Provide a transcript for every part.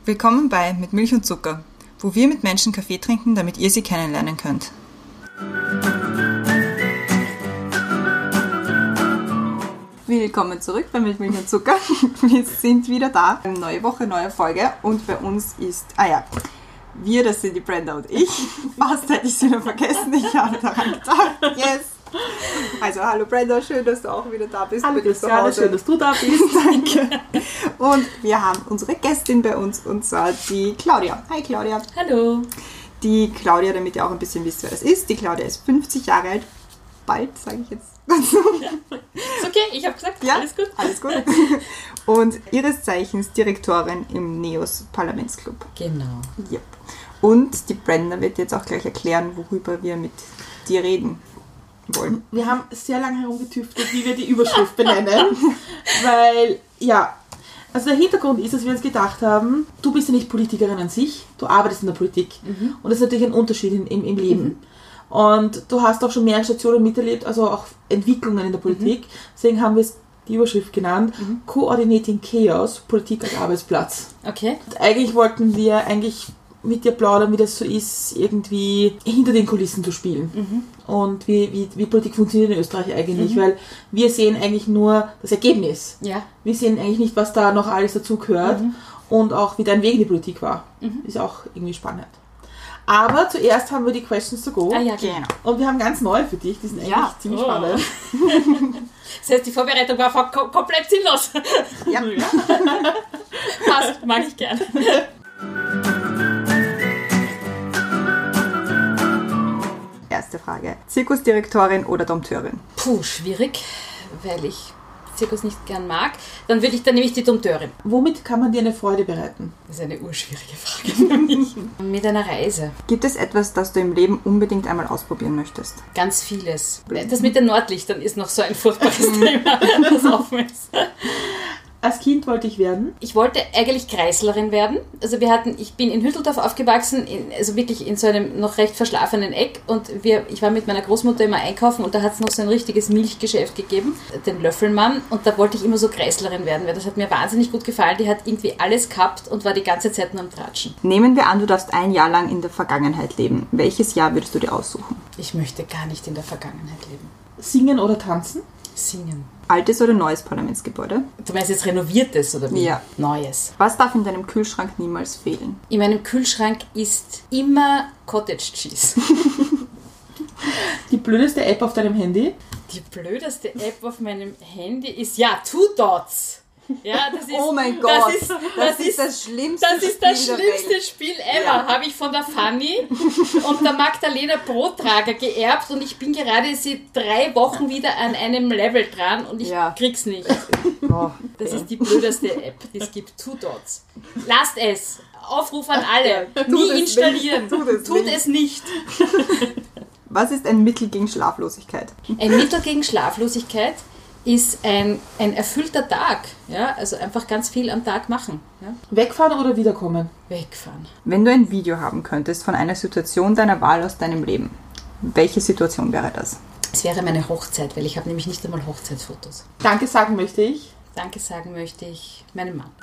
Willkommen bei Mit Milch und Zucker, wo wir mit Menschen Kaffee trinken, damit ihr sie kennenlernen könnt. Willkommen zurück bei Mit Milch und Zucker. Wir sind wieder da. Neue Woche, neue Folge. Und bei uns ist, wir, das sind die Brenda und ich. Fast hätte ich es wieder vergessen. Ich habe daran gedacht. Yes! Also, hallo Brenda, schön, dass du auch wieder da bist. Hallo Christiane, schön, dass du da bist. Danke. Und wir haben unsere Gästin bei uns, und zwar die Claudia. Hi Claudia. Hallo. Die Claudia, damit ihr auch ein bisschen wisst, wer das ist. Die Claudia ist 50 Jahre alt. Bald, sage ich jetzt. Ja. Ist okay, ich habe gesagt, ja, alles gut. Alles gut. Und ihres Zeichens Direktorin im NEOS Parlamentsclub. Genau. Yep. Und die Brenda wird jetzt auch gleich erklären, worüber wir mit dir reden wollen. Wir haben sehr lange herumgetüftelt, wie wir die Überschrift benennen, weil, also der Hintergrund ist, dass wir uns gedacht haben, du bist ja nicht Politikerin an sich, du arbeitest in der Politik und das ist natürlich ein Unterschied im Leben. Und du hast auch schon mehrere Stationen miterlebt, also auch Entwicklungen in der Politik, deswegen haben wir es die Überschrift genannt, Coordinating Chaos, Politik als Arbeitsplatz. Okay. Und eigentlich wollten wir mit dir plaudern, wie das so ist, irgendwie hinter den Kulissen zu spielen. Und wie Politik funktioniert in Österreich eigentlich, weil wir sehen eigentlich nur das Ergebnis. Ja. Wir sehen eigentlich nicht, was da noch alles dazu gehört und auch wie dein Weg in die Politik war. Ist auch irgendwie spannend. Aber zuerst haben wir die Questions to go. Ah ja, genau. Und wir haben ganz neue für dich, die sind eigentlich ziemlich spannend. Das heißt, die Vorbereitung war komplett sinnlos. Ja. Passt, mag ich gerne. Erste Frage. Zirkusdirektorin oder Dompteurin? Puh, schwierig, weil ich Zirkus nicht gern mag. Dann nehme ich die Dompteurin. Womit kann man dir eine Freude bereiten? Das ist eine urschwierige Frage für mich. Mit einer Reise. Gibt es etwas, das du im Leben unbedingt einmal ausprobieren möchtest? Ganz vieles. Das mit den Nordlichtern ist noch so ein furchtbares Thema, das offen ist. Als Kind wollte ich werden? Ich wollte eigentlich Kreislerin werden. Also ich bin in Hütteldorf aufgewachsen, also wirklich in so einem noch recht verschlafenen Eck, und ich war mit meiner Großmutter immer einkaufen, und da hat es noch so ein richtiges Milchgeschäft gegeben, den Löffelmann, und da wollte ich immer so Kreislerin werden, weil das hat mir wahnsinnig gut gefallen. Die hat irgendwie alles gehabt und war die ganze Zeit nur am Tratschen. Nehmen wir an, du darfst ein Jahr lang in der Vergangenheit leben. Welches Jahr würdest du dir aussuchen? Ich möchte gar nicht in der Vergangenheit leben. Singen oder tanzen? Singen. Altes oder neues Parlamentsgebäude? Du meinst jetzt renoviertes oder wie? Ja. Neues. Was darf in deinem Kühlschrank niemals fehlen? In meinem Kühlschrank ist immer Cottage Cheese. Die blödeste App auf deinem Handy? Die blödeste App auf meinem Handy ist, Two Dots. Ja, das ist, oh mein Gott, das ist das schlimmste Spiel ever. Habe ich von der Fanny und der Magdalena Brottrager geerbt, und ich bin gerade seit 3 Wochen wieder an einem Level dran und ich krieg's nicht. Das ist die blödeste App, die es gibt. 2 Dots. Lasst es. Aufruf an alle. Nie installieren. Tut es nicht. Was ist ein Mittel gegen Schlaflosigkeit? Ein Mittel gegen Schlaflosigkeit ist ein erfüllter Tag. Ja? Also einfach ganz viel am Tag machen. Ja? Wegfahren oder wiederkommen? Wegfahren. Wenn du ein Video haben könntest von einer Situation deiner Wahl aus deinem Leben, welche Situation wäre das? Es wäre meine Hochzeit, weil ich habe nämlich nicht einmal Hochzeitsfotos. Danke sagen möchte ich. Danke sagen möchte ich meinem Mann.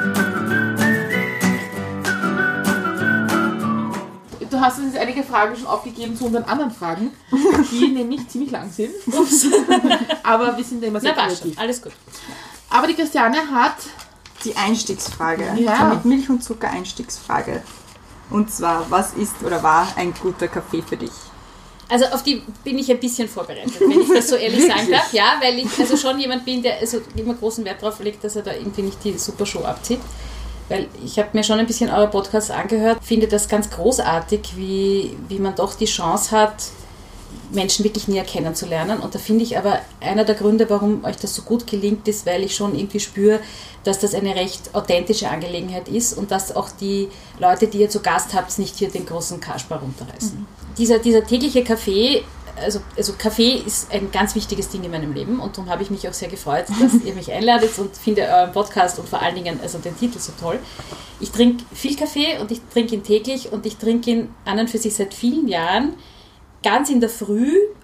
Du hast uns jetzt einige Fragen schon aufgegeben zu unseren anderen Fragen, die nämlich ziemlich lang sind. Aber wir sind immer sehr kreativ. Alles gut. Aber die Christiane hat die Einstiegsfrage. Ja. Die mit Milch und Zucker Einstiegsfrage. Und zwar, was ist oder war ein guter Kaffee für dich? Also auf die bin ich ein bisschen vorbereitet, wenn ich das so ehrlich sagen darf. Ja, weil ich also schon jemand bin, der also immer großen Wert darauf legt, dass er da irgendwie nicht die super Show abzieht. Weil ich habe mir schon ein bisschen eure Podcasts angehört, finde das ganz großartig, wie man doch die Chance hat, Menschen wirklich näher kennenzulernen. Und da finde ich aber, einer der Gründe, warum euch das so gut gelingt, ist, weil ich schon irgendwie spüre, dass das eine recht authentische Angelegenheit ist und dass auch die Leute, die ihr zu Gast habt, nicht hier den großen Kasper runterreißen. Dieser tägliche Kaffee, also Kaffee ist ein ganz wichtiges Ding in meinem Leben, und darum habe ich mich auch sehr gefreut, dass ihr mich einladet, und finde euren Podcast und vor allen Dingen also den Titel so toll. Ich trinke viel Kaffee und ich trinke ihn täglich, und ich trinke ihn an und für sich seit vielen Jahren ganz in der Früh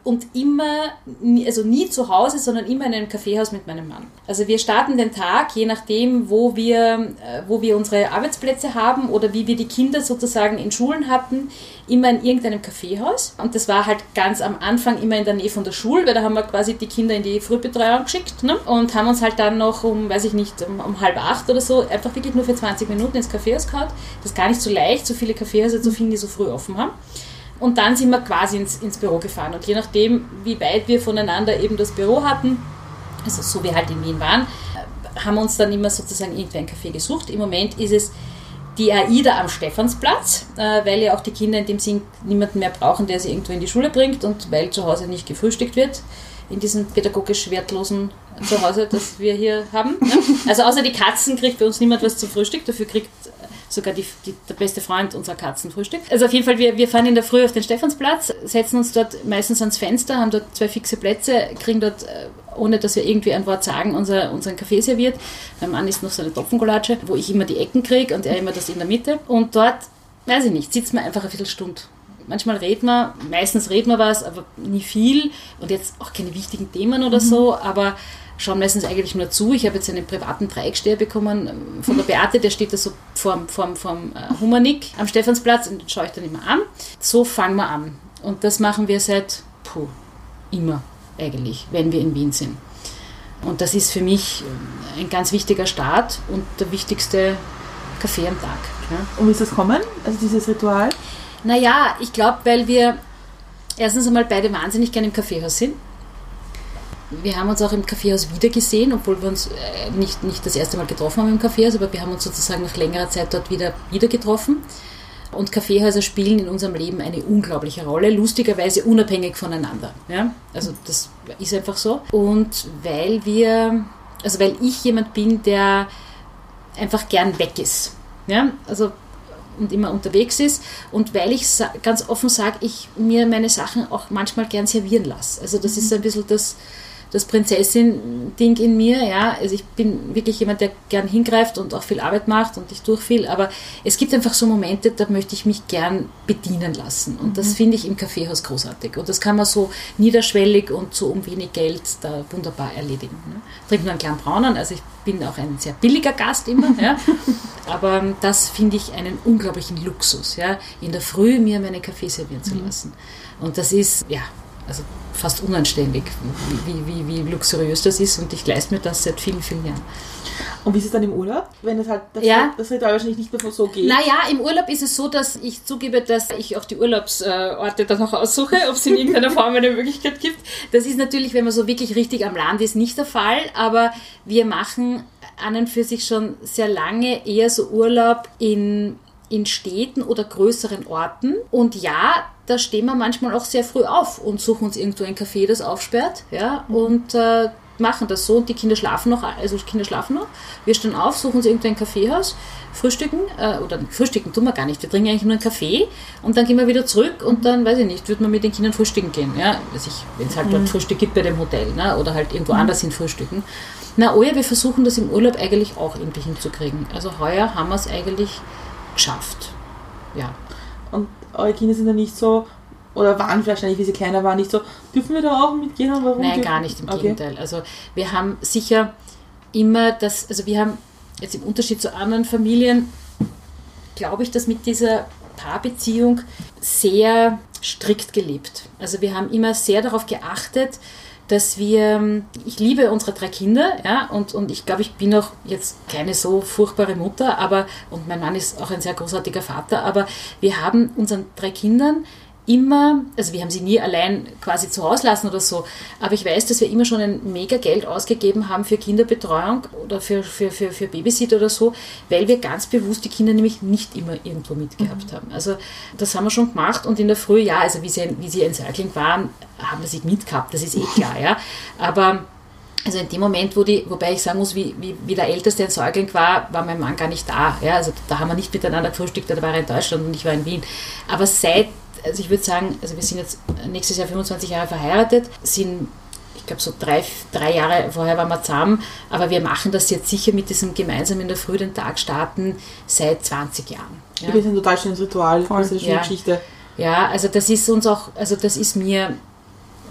und immer, also nie zu Hause, sondern immer in einem Kaffeehaus mit meinem Mann. Also wir starten den Tag, je nachdem, wo wir unsere Arbeitsplätze haben oder wie wir die Kinder sozusagen in Schulen hatten, immer in irgendeinem Kaffeehaus. Und das war halt ganz am Anfang immer in der Nähe von der Schule, weil da haben wir quasi die Kinder in die Frühbetreuung geschickt, ne? Und haben uns halt dann noch um 7:30 oder so, einfach wirklich nur für 20 Minuten ins Kaffeehaus gehauen. Das ist gar nicht so leicht, so viele Kaffeehäuser zu finden, die so früh offen haben. Und dann sind wir quasi ins Büro gefahren. Und je nachdem, wie weit wir voneinander eben das Büro hatten, also so wie halt in Wien waren, haben wir uns dann immer sozusagen irgendwie ein Café gesucht. Im Moment ist es die AIDA am Stephansplatz, weil ja auch die Kinder in dem Sinn niemanden mehr brauchen, der sie irgendwo in die Schule bringt und weil zu Hause nicht gefrühstückt wird, in diesem pädagogisch wertlosen Zuhause, das wir hier haben. Ja. Also außer die Katzen kriegt bei uns niemand was zum Frühstück, dafür kriegt sogar der beste Freund unserer Katzen Frühstück. Also auf jeden Fall, wir fahren in der Früh auf den Stephansplatz, setzen uns dort meistens ans Fenster, haben dort 2 fixe Plätze, kriegen dort, ohne dass wir irgendwie ein Wort sagen, unseren Kaffee serviert. Mein Mann isst noch so eine Topfengulatsche, wo ich immer die Ecken kriege und er immer das in der Mitte. Und dort, weiß ich nicht, sitzt man einfach eine Viertelstunde. Manchmal meistens redet man was, aber nie viel und jetzt auch keine wichtigen Themen oder so, aber schauen meistens eigentlich nur zu. Ich habe jetzt einen privaten Dreiecksteher bekommen von der Beate, der steht da so vorm Humanik am Stephansplatz und den schaue ich dann immer an. So fangen wir an. Und das machen wir seit immer eigentlich, wenn wir in Wien sind. Und das ist für mich ein ganz wichtiger Start und der wichtigste Kaffee am Tag. Ja. Und wie ist das kommen, also dieses Ritual? Naja, ich glaube, weil wir erstens einmal beide wahnsinnig gerne im Kaffeehaus sind. Wir haben uns auch im Kaffeehaus wieder gesehen, obwohl wir uns nicht das erste Mal getroffen haben im Kaffeehaus, aber wir haben uns sozusagen nach längerer Zeit dort wieder getroffen. Und Kaffeehäuser spielen in unserem Leben eine unglaubliche Rolle, lustigerweise unabhängig voneinander. Ja? Also das ist einfach so. Und weil ich jemand bin, der einfach gern weg ist. Ja? Also und immer unterwegs ist und weil ich ganz offen sage, ich mir meine Sachen auch manchmal gern servieren lasse. Also das ist ein bisschen das Prinzessin-Ding in mir, ja. Also ich bin wirklich jemand, der gern hingreift und auch viel Arbeit macht und ich tue viel, aber es gibt einfach so Momente, da möchte ich mich gern bedienen lassen und das finde ich im Kaffeehaus großartig und das kann man so niederschwellig und so um wenig Geld da wunderbar erledigen. Ne? Trinkt nur einen kleinen Braunen, also ich bin auch ein sehr billiger Gast immer, ja. Aber das finde ich einen unglaublichen Luxus, ja, in der Früh mir meinen Kaffee servieren zu lassen. Und das ist, ja, also fast unanständig, wie luxuriös das ist und ich leiste mir das seit vielen, vielen Jahren. Und wie ist es dann im Urlaub, wenn es halt das Ritual wahrscheinlich nicht mehr so geht? Naja, im Urlaub ist es so, dass ich zugebe, dass ich auch die Urlaubsorte dann noch aussuche, ob es in irgendeiner Form eine Möglichkeit gibt. Das ist natürlich, wenn man so wirklich richtig am Land ist, nicht der Fall, aber wir machen an und für sich schon sehr lange eher so Urlaub in Städten oder größeren Orten. Und ja, da stehen wir manchmal auch sehr früh auf und suchen uns irgendwo ein Café, das aufsperrt, ja, und machen das so. Und die Kinder schlafen noch, Wir stehen auf, suchen uns irgendwo ein Kaffeehaus, frühstücken, oder frühstücken tun wir gar nicht, wir trinken eigentlich nur einen Kaffee und dann gehen wir wieder zurück und dann, weiß ich nicht, würde man mit den Kindern frühstücken gehen, ja, wenn es halt dort Frühstück gibt bei dem Hotel, ne, oder halt irgendwo anders hin frühstücken. Na, wir versuchen das im Urlaub eigentlich auch irgendwie hinzukriegen. Also heuer haben wir es eigentlich geschafft. Ja. Und eure Kinder sind ja nicht so, oder waren wahrscheinlich, wie sie kleiner waren, nicht so, dürfen wir da auch mitgehen? Warum? Nein, gar nicht, im Gegenteil. Also wir haben sicher immer wir haben jetzt im Unterschied zu anderen Familien, glaube ich, dass mit dieser Paarbeziehung sehr strikt gelebt. Also wir haben immer sehr darauf geachtet, dass ich liebe unsere 3 Kinder, ja, und ich glaube, ich bin auch jetzt keine so furchtbare Mutter, und mein Mann ist auch ein sehr großartiger Vater, aber wir haben unseren 3 Kindern immer, also wir haben sie nie allein quasi zu Hause lassen oder so, aber ich weiß, dass wir immer schon ein mega Geld ausgegeben haben für Kinderbetreuung oder für Babysitter oder so, weil wir ganz bewusst die Kinder nämlich nicht immer irgendwo mitgehabt haben. Also das haben wir schon gemacht und in der Früh, ja, also wie sie ein Säugling waren, haben wir sie mitgehabt, das ist klar, ja, aber also in dem Moment, wobei ich sagen muss, wie der Älteste ein Säugling war mein Mann gar nicht da, ja, also da haben wir nicht miteinander gefrühstückt, da war er in Deutschland und ich war in Wien, aber also ich würde sagen, also wir sind jetzt nächstes Jahr 25 Jahre verheiratet, sind, ich glaube so 3 Jahre vorher waren wir zusammen, aber wir machen das jetzt sicher mit diesem gemeinsam in der Früh den Tag starten seit 20 Jahren. Ja. Das ist ein total schönes Ritual, das ist eine schöne Geschichte. Ja, also das ist uns auch, also das ist mir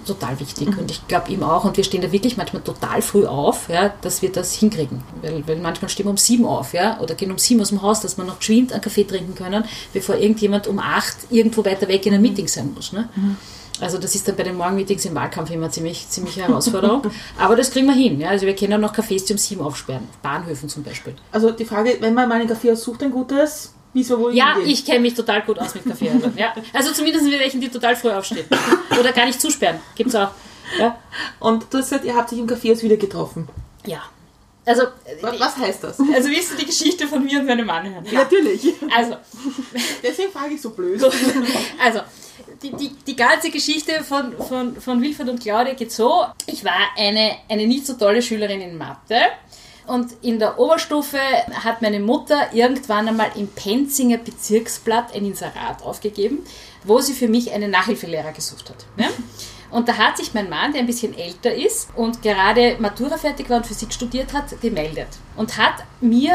total wichtig und ich glaube ihm auch und wir stehen da wirklich manchmal total früh auf, ja, dass wir das hinkriegen, weil manchmal stehen wir um 7 auf, ja, oder gehen um 7 aus dem Haus, dass wir noch geschwind einen Kaffee trinken können, bevor irgendjemand um 8 irgendwo weiter weg in einem Meeting sein muss. Ne? Also das ist dann bei den Morgenmeetings im Wahlkampf immer ziemlich Herausforderung, aber das kriegen wir hin. Ja? Also wir können auch noch Cafés, die um 7 aufsperren, Bahnhöfen zum Beispiel. Also die Frage, wenn man mal ein Kaffee aussucht, ein gutes... Ja, ich kenne mich total gut aus mit Kaffeehäusern. Ja. Also zumindest mit welchen, die total früh aufstehen. Oder gar nicht zusperren. Gibt's auch. Ja. Und du hast gesagt, ihr habt dich im Kaffeehaus wieder getroffen. Ja. Also, was heißt das? Also willst du die Geschichte von mir und meinem Mann hören? Ja. Natürlich. Also. Deswegen frage ich so blöd. Also, die ganze Geschichte von Wilfried und Claudia geht so. Ich war eine nicht so tolle Schülerin in Mathe. Und in der Oberstufe hat meine Mutter irgendwann einmal im Penzinger Bezirksblatt ein Inserat aufgegeben, wo sie für mich einen Nachhilfelehrer gesucht hat. Ja? Und da hat sich mein Mann, der ein bisschen älter ist und gerade Matura fertig war und Physik studiert hat, gemeldet. Und hat mir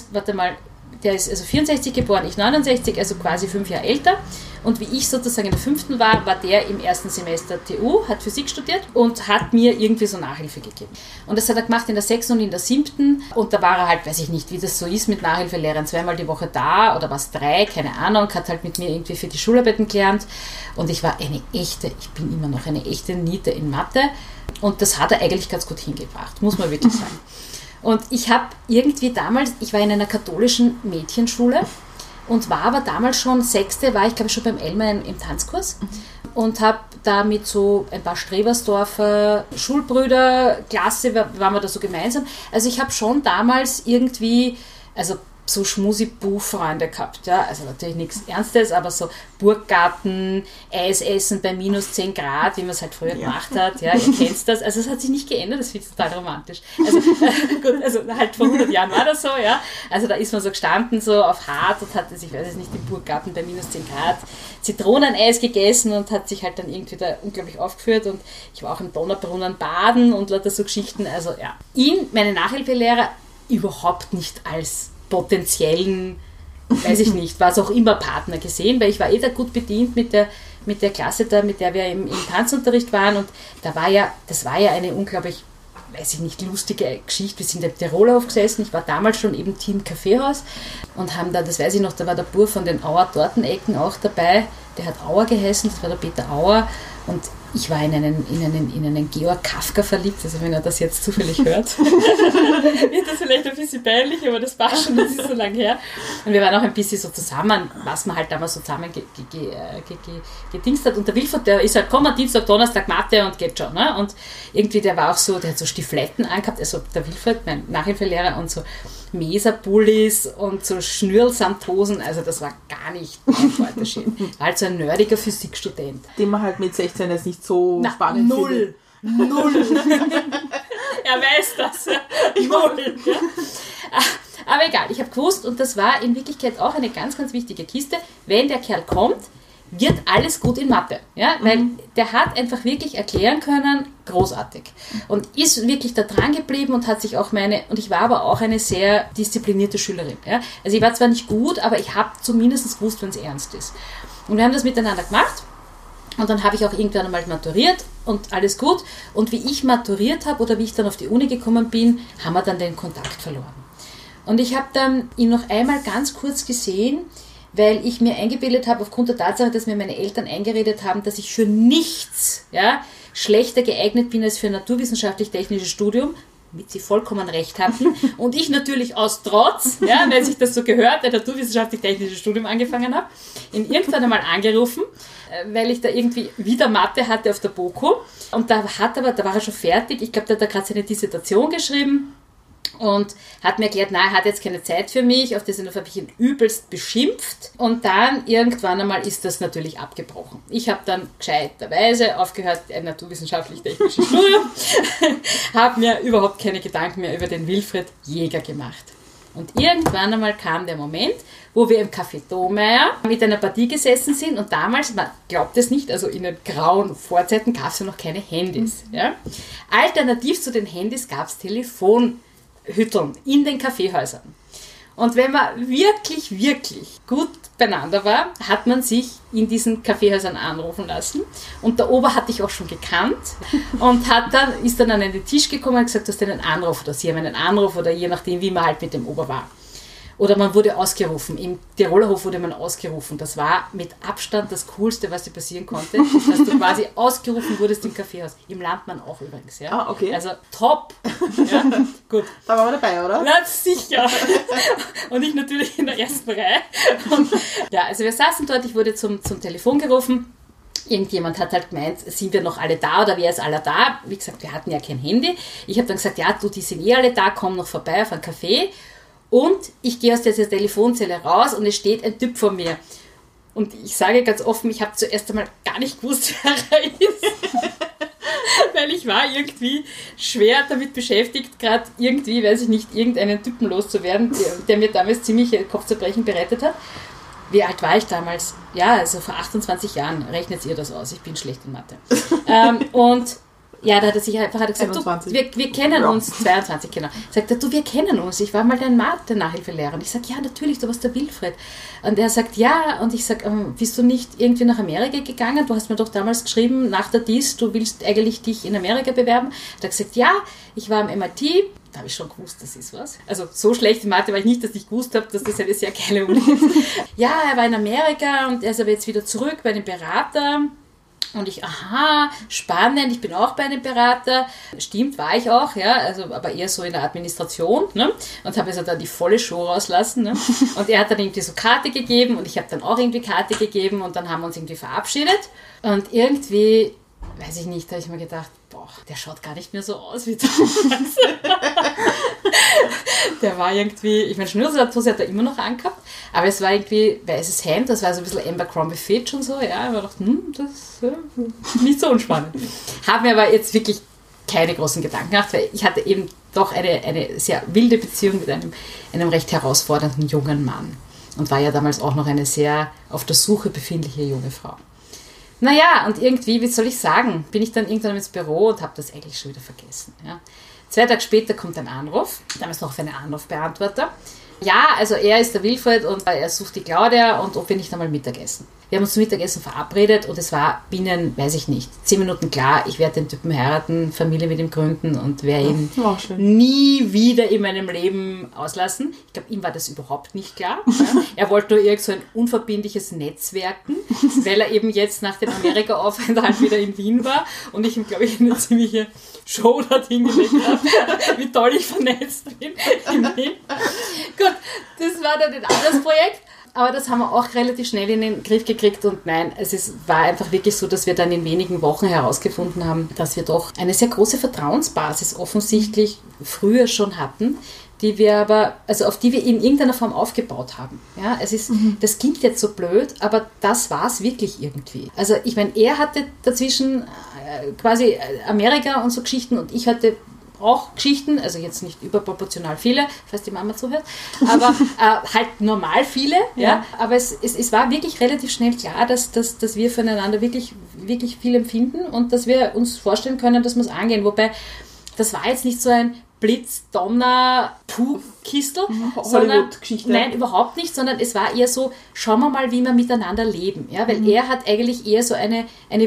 der ist also 64 geboren, ich 69, also quasi 5 Jahre älter. Und wie ich sozusagen in der 5. war der im 1. Semester TU, hat Physik studiert und hat mir irgendwie so Nachhilfe gegeben. Und das hat er gemacht in der 6. und in der 7. Und da war er halt, weiß ich nicht, wie das so ist mit Nachhilfelehrern, 2-mal die Woche da oder was 3, keine Ahnung, hat halt mit mir irgendwie für die Schularbeiten gelernt. Und ich bin immer noch eine echte Niete in Mathe. Und das hat er eigentlich ganz gut hingebracht, muss man wirklich sagen. Und ich habe irgendwie damals, ich war in einer katholischen Mädchenschule und war aber damals schon 6., war ich glaube ich schon beim Elmar im Tanzkurs und habe da mit so ein paar Strebersdorfer Schulbrüder, Klasse, waren wir da so gemeinsam. Also ich habe schon damals irgendwie, also so Schmusi-Buchfreunde gehabt, ja, also natürlich nichts Ernstes, aber so Burggarten, Eis essen bei minus 10 Grad, wie man es halt früher gemacht hat, ja, ihr kennt das, also es hat sich nicht geändert, das finde ich total romantisch. Also, gut, also halt vor 100 Jahren war das so, ja, also da ist man so gestanden, so auf hart und hat, ich weiß es nicht, im Burggarten bei minus 10 Grad Zitroneneis gegessen und hat sich halt dann irgendwie da unglaublich aufgeführt und ich war auch im Donnerbrunnen baden und lauter so Geschichten, also ja. Meine Nachhilfelehrer überhaupt nicht als potenziellen, weiß ich nicht, was auch immer Partner gesehen, weil ich war da gut bedient mit der Klasse da, mit der wir im Tanzunterricht waren und das war ja eine unglaublich, weiß ich nicht, lustige Geschichte. Wir sind im Tiroler aufgesessen, ich war damals schon eben Team Kaffeehaus und haben da, das weiß ich noch, da war der Bur von den Auer Tortenecken auch dabei, der hat Auer geheißen, das war der Peter Auer und ich war in einen Georg Kafka verliebt, also wenn er das jetzt zufällig hört, wird das vielleicht ein bisschen peinlich, aber das passt schon, das ist so lange her. Und wir waren auch ein bisschen so zusammen, was man halt damals so zusammen gedingst hat. Und der Wilfried, der ist halt, komm, Dienstag, Donnerstag Mathe und geht schon. Ne? Und irgendwie, der war auch so, der hat so Stiefeletten angehabt, also der Wilfried, mein Nachhilfelehrer, und so Meserpullis und so Schnürlsamthosen, also das war gar nicht mein Vorteilschirm. War halt so ein nerdiger Physikstudent. Den man halt mit 16 jetzt nicht so spannend findet. Null. Er weiß das. Ja. Null. Ja. Aber egal, ich habe gewusst, und das war in Wirklichkeit auch eine ganz, ganz wichtige Kiste, wenn der Kerl kommt, wird alles gut in Mathe. Ja? Weil der hat einfach wirklich erklären können, großartig. Und ist wirklich da dran geblieben und hat sich auch und ich war aber auch eine sehr disziplinierte Schülerin. Ja? Also ich war zwar nicht gut, aber ich habe zumindest gewusst, wenn es ernst ist. Und wir haben das miteinander gemacht. Und dann habe ich auch irgendwann einmal maturiert und alles gut. Und wie ich maturiert habe oder wie ich dann auf die Uni gekommen bin, haben wir dann den Kontakt verloren. Und ich habe dann ihn noch einmal ganz kurz gesehen, weil ich mir eingebildet habe, aufgrund der Tatsache, dass mir meine Eltern eingeredet haben, dass ich für nichts schlechter geeignet bin als für ein naturwissenschaftlich-technisches Studium, damit sie vollkommen recht hatten. Und ich natürlich aus Trotz, weil sich das so gehört, ein naturwissenschaftlich-technisches Studium angefangen habe, ihn irgendwann einmal angerufen, weil ich da irgendwie wieder Mathe hatte auf der BOKU. Und da war er schon fertig. Ich glaube, der hat gerade seine Dissertation geschrieben und hat mir erklärt, nein, er hat jetzt keine Zeit für mich. Auf das habe ich ihn übelst beschimpft. Und dann irgendwann einmal ist das natürlich abgebrochen. Ich habe dann gescheiterweise aufgehört, ein naturwissenschaftlich-technisches Studium, habe mir überhaupt keine Gedanken mehr über den Wilfried Jäger gemacht. Und irgendwann einmal kam der Moment, wo wir im Café Domeyer mit einer Partie gesessen sind und damals, man glaubt es nicht, also in den grauen Vorzeiten gab es ja noch keine Handys. Ja? Alternativ zu den Handys gab es Telefonhütteln in den Kaffeehäusern. Und wenn man wirklich, wirklich gut beieinander war, hat man sich in diesen Kaffeehäusern anrufen lassen. Und der Ober hatte ich auch schon gekannt und ist dann an den Tisch gekommen und gesagt, du hast einen Anruf oder sie haben einen Anruf oder je nachdem, wie man halt mit dem Ober war. Oder man wurde ausgerufen. Im Tirolerhof wurde man ausgerufen. Das war mit Abstand das Coolste, was dir passieren konnte, dass du quasi ausgerufen wurdest im Kaffeehaus. Im Landmann auch übrigens. Ja? Ah, okay. Also top. Ja, gut. Da waren wir dabei, oder? Na, sicher. Und ich natürlich in der ersten Reihe. Und, ja, also wir saßen dort, ich wurde zum Telefon gerufen. Irgendjemand hat halt gemeint, sind wir noch alle da oder wer ist alle da? Wie gesagt, wir hatten ja kein Handy. Ich habe dann gesagt, ja, die sind alle da, komm noch vorbei auf einen Kaffee. Und ich gehe aus dieser Telefonzelle raus und es steht ein Typ vor mir. Und ich sage ganz offen, ich habe zuerst einmal gar nicht gewusst, wer er ist. Weil ich war irgendwie schwer damit beschäftigt, gerade irgendwie, weiß ich nicht, irgendeinen Typen loszuwerden, der mir damals ziemlich Kopfzerbrechen bereitet hat. Wie alt war ich damals? Ja, also vor 28 Jahren, rechnet ihr das aus, ich bin schlecht in Mathe. Und ja, da hat er sich einfach gesagt, du, wir kennen uns, 22, genau. Sagt er, du, wir kennen uns, ich war mal dein Mathe-Nachhilfelehrer. Und ich sage, ja, natürlich, du warst der Wilfried. Und er sagt, ja, und ich sage, bist du nicht irgendwie nach Amerika gegangen? Du hast mir doch damals geschrieben, nach der DIS, du willst eigentlich dich in Amerika bewerben. Er hat gesagt, ja, ich war am MIT. Da habe ich schon gewusst, das ist was. Also so schlecht in Mathe war ich nicht, dass ich gewusst habe, dass das eine sehr geile Uni ist. Ja, er war in Amerika und er ist aber jetzt wieder zurück bei dem Berater. Und ich, aha, spannend, ich bin auch bei einem Berater. Stimmt, war ich auch, ja, also aber eher so in der Administration, ne? Und habe also dann die volle Show rauslassen, ne? Und er hat dann irgendwie so Karte gegeben und ich habe dann auch irgendwie Karte gegeben und dann haben wir uns irgendwie verabschiedet. Und irgendwie, weiß ich nicht, da habe ich mir gedacht, boah, der schaut gar nicht mehr so aus wie damals. Der war irgendwie, ich meine, Schnürsenhose hat er immer noch angehabt, aber es war irgendwie weißes Hemd, das war so ein bisschen Abercrombie Fitch und so, ja, ich dachte, das ist nicht so unspannend. Habe mir aber jetzt wirklich keine großen Gedanken gemacht, weil ich hatte eben doch eine sehr wilde Beziehung mit einem recht herausfordernden jungen Mann und war ja damals auch noch eine sehr auf der Suche befindliche junge Frau. Naja, und irgendwie, wie soll ich sagen, bin ich dann irgendwann ins Büro und habe das eigentlich schon wieder vergessen. Ja. 2 Tage später kommt ein Anruf, damals noch auf einen Anrufbeantworter. Ja, also er ist der Wilfried und er sucht die Claudia und ob wir nicht einmal Mittagessen. Wir haben uns zum Mittagessen verabredet und es war binnen, weiß ich nicht, 10 Minuten klar, ich werde den Typen heiraten, Familie mit ihm gründen und werde ihn nie wieder in meinem Leben auslassen. Ich glaube, ihm war das überhaupt nicht klar. Ja. Er wollte nur irgend so ein unverbindliches Netzwerken, weil er eben jetzt nach dem Amerika-Aufenthalt wieder in Wien war und ich ihm, glaube ich, eine ziemliche Show dorthin gelegt habe, wie toll ich vernetzt bin in Wien. Gut, das war dann ein anderes Projekt. Aber das haben wir auch relativ schnell in den Griff gekriegt und nein, war einfach wirklich so, dass wir dann in wenigen Wochen herausgefunden haben, dass wir doch eine sehr große Vertrauensbasis offensichtlich früher schon hatten, die wir aber, also auf die wir in irgendeiner Form aufgebaut haben. Ja, das klingt jetzt so blöd, aber das war es wirklich irgendwie. Also ich meine, er hatte dazwischen quasi Amerika und so Geschichten und ich hatte auch Geschichten, also jetzt nicht überproportional viele, falls die Mama zuhört, aber halt normal viele, ja. Aber es war wirklich relativ schnell klar, dass wir voneinander wirklich, wirklich viel empfinden und dass wir uns vorstellen können, dass wir es angehen. Wobei, das war jetzt nicht so ein Blitz, Donner, Puh-Kistel. Hollywood-Geschichte. Nein, überhaupt nicht, sondern es war eher so, schauen wir mal, wie wir miteinander leben. Ja? Weil er hat eigentlich eher so eine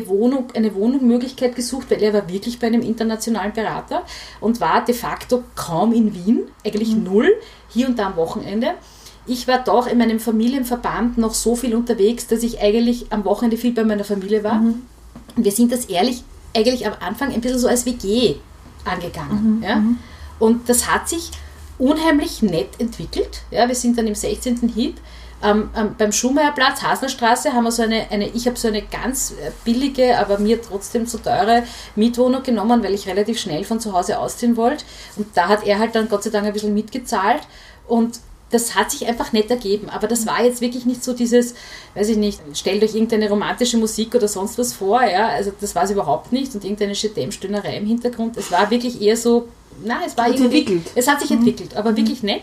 Wohnungsmöglichkeit gesucht, weil er war wirklich bei einem internationalen Berater und war de facto kaum in Wien, eigentlich null, hier und da am Wochenende. Ich war doch in meinem Familienverband noch so viel unterwegs, dass ich eigentlich am Wochenende viel bei meiner Familie war. Und wir sind das eigentlich am Anfang ein bisschen so als WG angegangen. Ja? Und das hat sich unheimlich nett entwickelt. Ja? Wir sind dann im 16. Hit beim Schumacherplatz, Hasnerstraße, haben wir ich habe so eine ganz billige, aber mir trotzdem so teure Mietwohnung genommen, weil ich relativ schnell von zu Hause ausziehen wollte. Und da hat er halt dann Gott sei Dank ein bisschen mitgezahlt und das hat sich einfach nett ergeben, aber das war jetzt wirklich nicht so dieses, weiß ich nicht, stellt euch irgendeine romantische Musik oder sonst was vor, ja, also das war es überhaupt nicht und irgendeine Stöhnerei im Hintergrund, es war wirklich eher so, es hat sich entwickelt, aber wirklich nett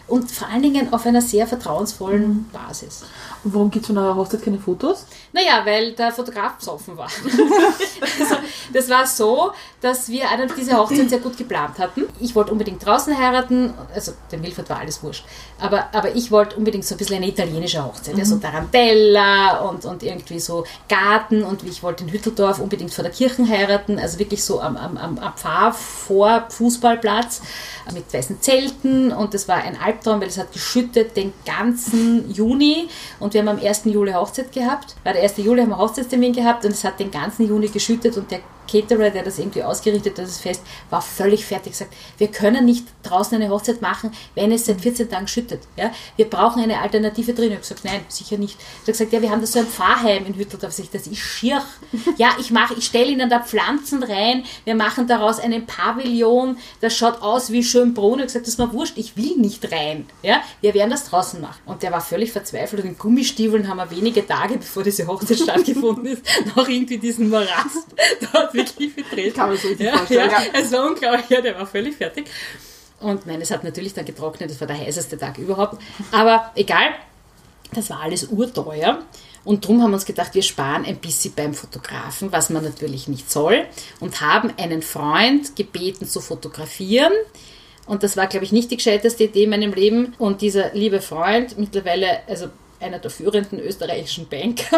und vor allen Dingen auf einer sehr vertrauensvollen Basis. Und warum gibt es von eurer Hochzeit keine Fotos? Naja, weil der Fotograf besoffen war. Also, das war so, dass wir diese Hochzeit sehr gut geplant hatten. Ich wollte unbedingt draußen heiraten, also dem Wilfried war alles wurscht, aber ich wollte unbedingt so ein bisschen eine italienische Hochzeit, ja, so Tarantella und irgendwie so Garten, und ich wollte in Hütteldorf unbedingt vor der Kirche heiraten, also wirklich so am Pfarr vor Fußballplatz mit weißen Zelten, und das war ein Albtraum, weil es hat geschüttet den ganzen Juni, und wir haben am 1. Juli Hochzeit gehabt. War der 1. Juli, haben wir Hochzeitstermin gehabt, und es hat den ganzen Juni geschüttet, und der Caterer, der das irgendwie ausgerichtet hat, das Fest, war völlig fertig, gesagt, wir können nicht draußen eine Hochzeit machen, wenn es seit 14 Tagen schüttet. Ja? Wir brauchen eine Alternative drin. Ich habe gesagt, nein, sicher nicht. Ich habe gesagt, ja, wir haben das so ein Pfarrheim in Hütteldorf. Das ist schier. Ja, ich stelle ihnen da Pflanzen rein, wir machen daraus einen Pavillon, das schaut aus wie Schönbrunn. Ich habe gesagt, das ist mir wurscht, ich will nicht rein. Ja? Wir werden das draußen machen. Und der war völlig verzweifelt, und in Gummistiefeln haben wir wenige Tage, bevor diese Hochzeit stattgefunden ist, noch irgendwie diesen Morast dort wirklich betreten. Kann man so richtig vorstellen. Ja, es war unglaublich, ja, der war völlig fertig. Und nein, es hat natürlich dann getrocknet, das war der heißeste Tag überhaupt. Aber egal, das war alles urteuer. Und darum haben wir uns gedacht, wir sparen ein bisschen beim Fotografen, was man natürlich nicht soll, und haben einen Freund gebeten zu fotografieren. Und das war, glaube ich, nicht die gescheiteste Idee in meinem Leben. Und dieser liebe Freund, mittlerweile, also einer der führenden österreichischen Banker,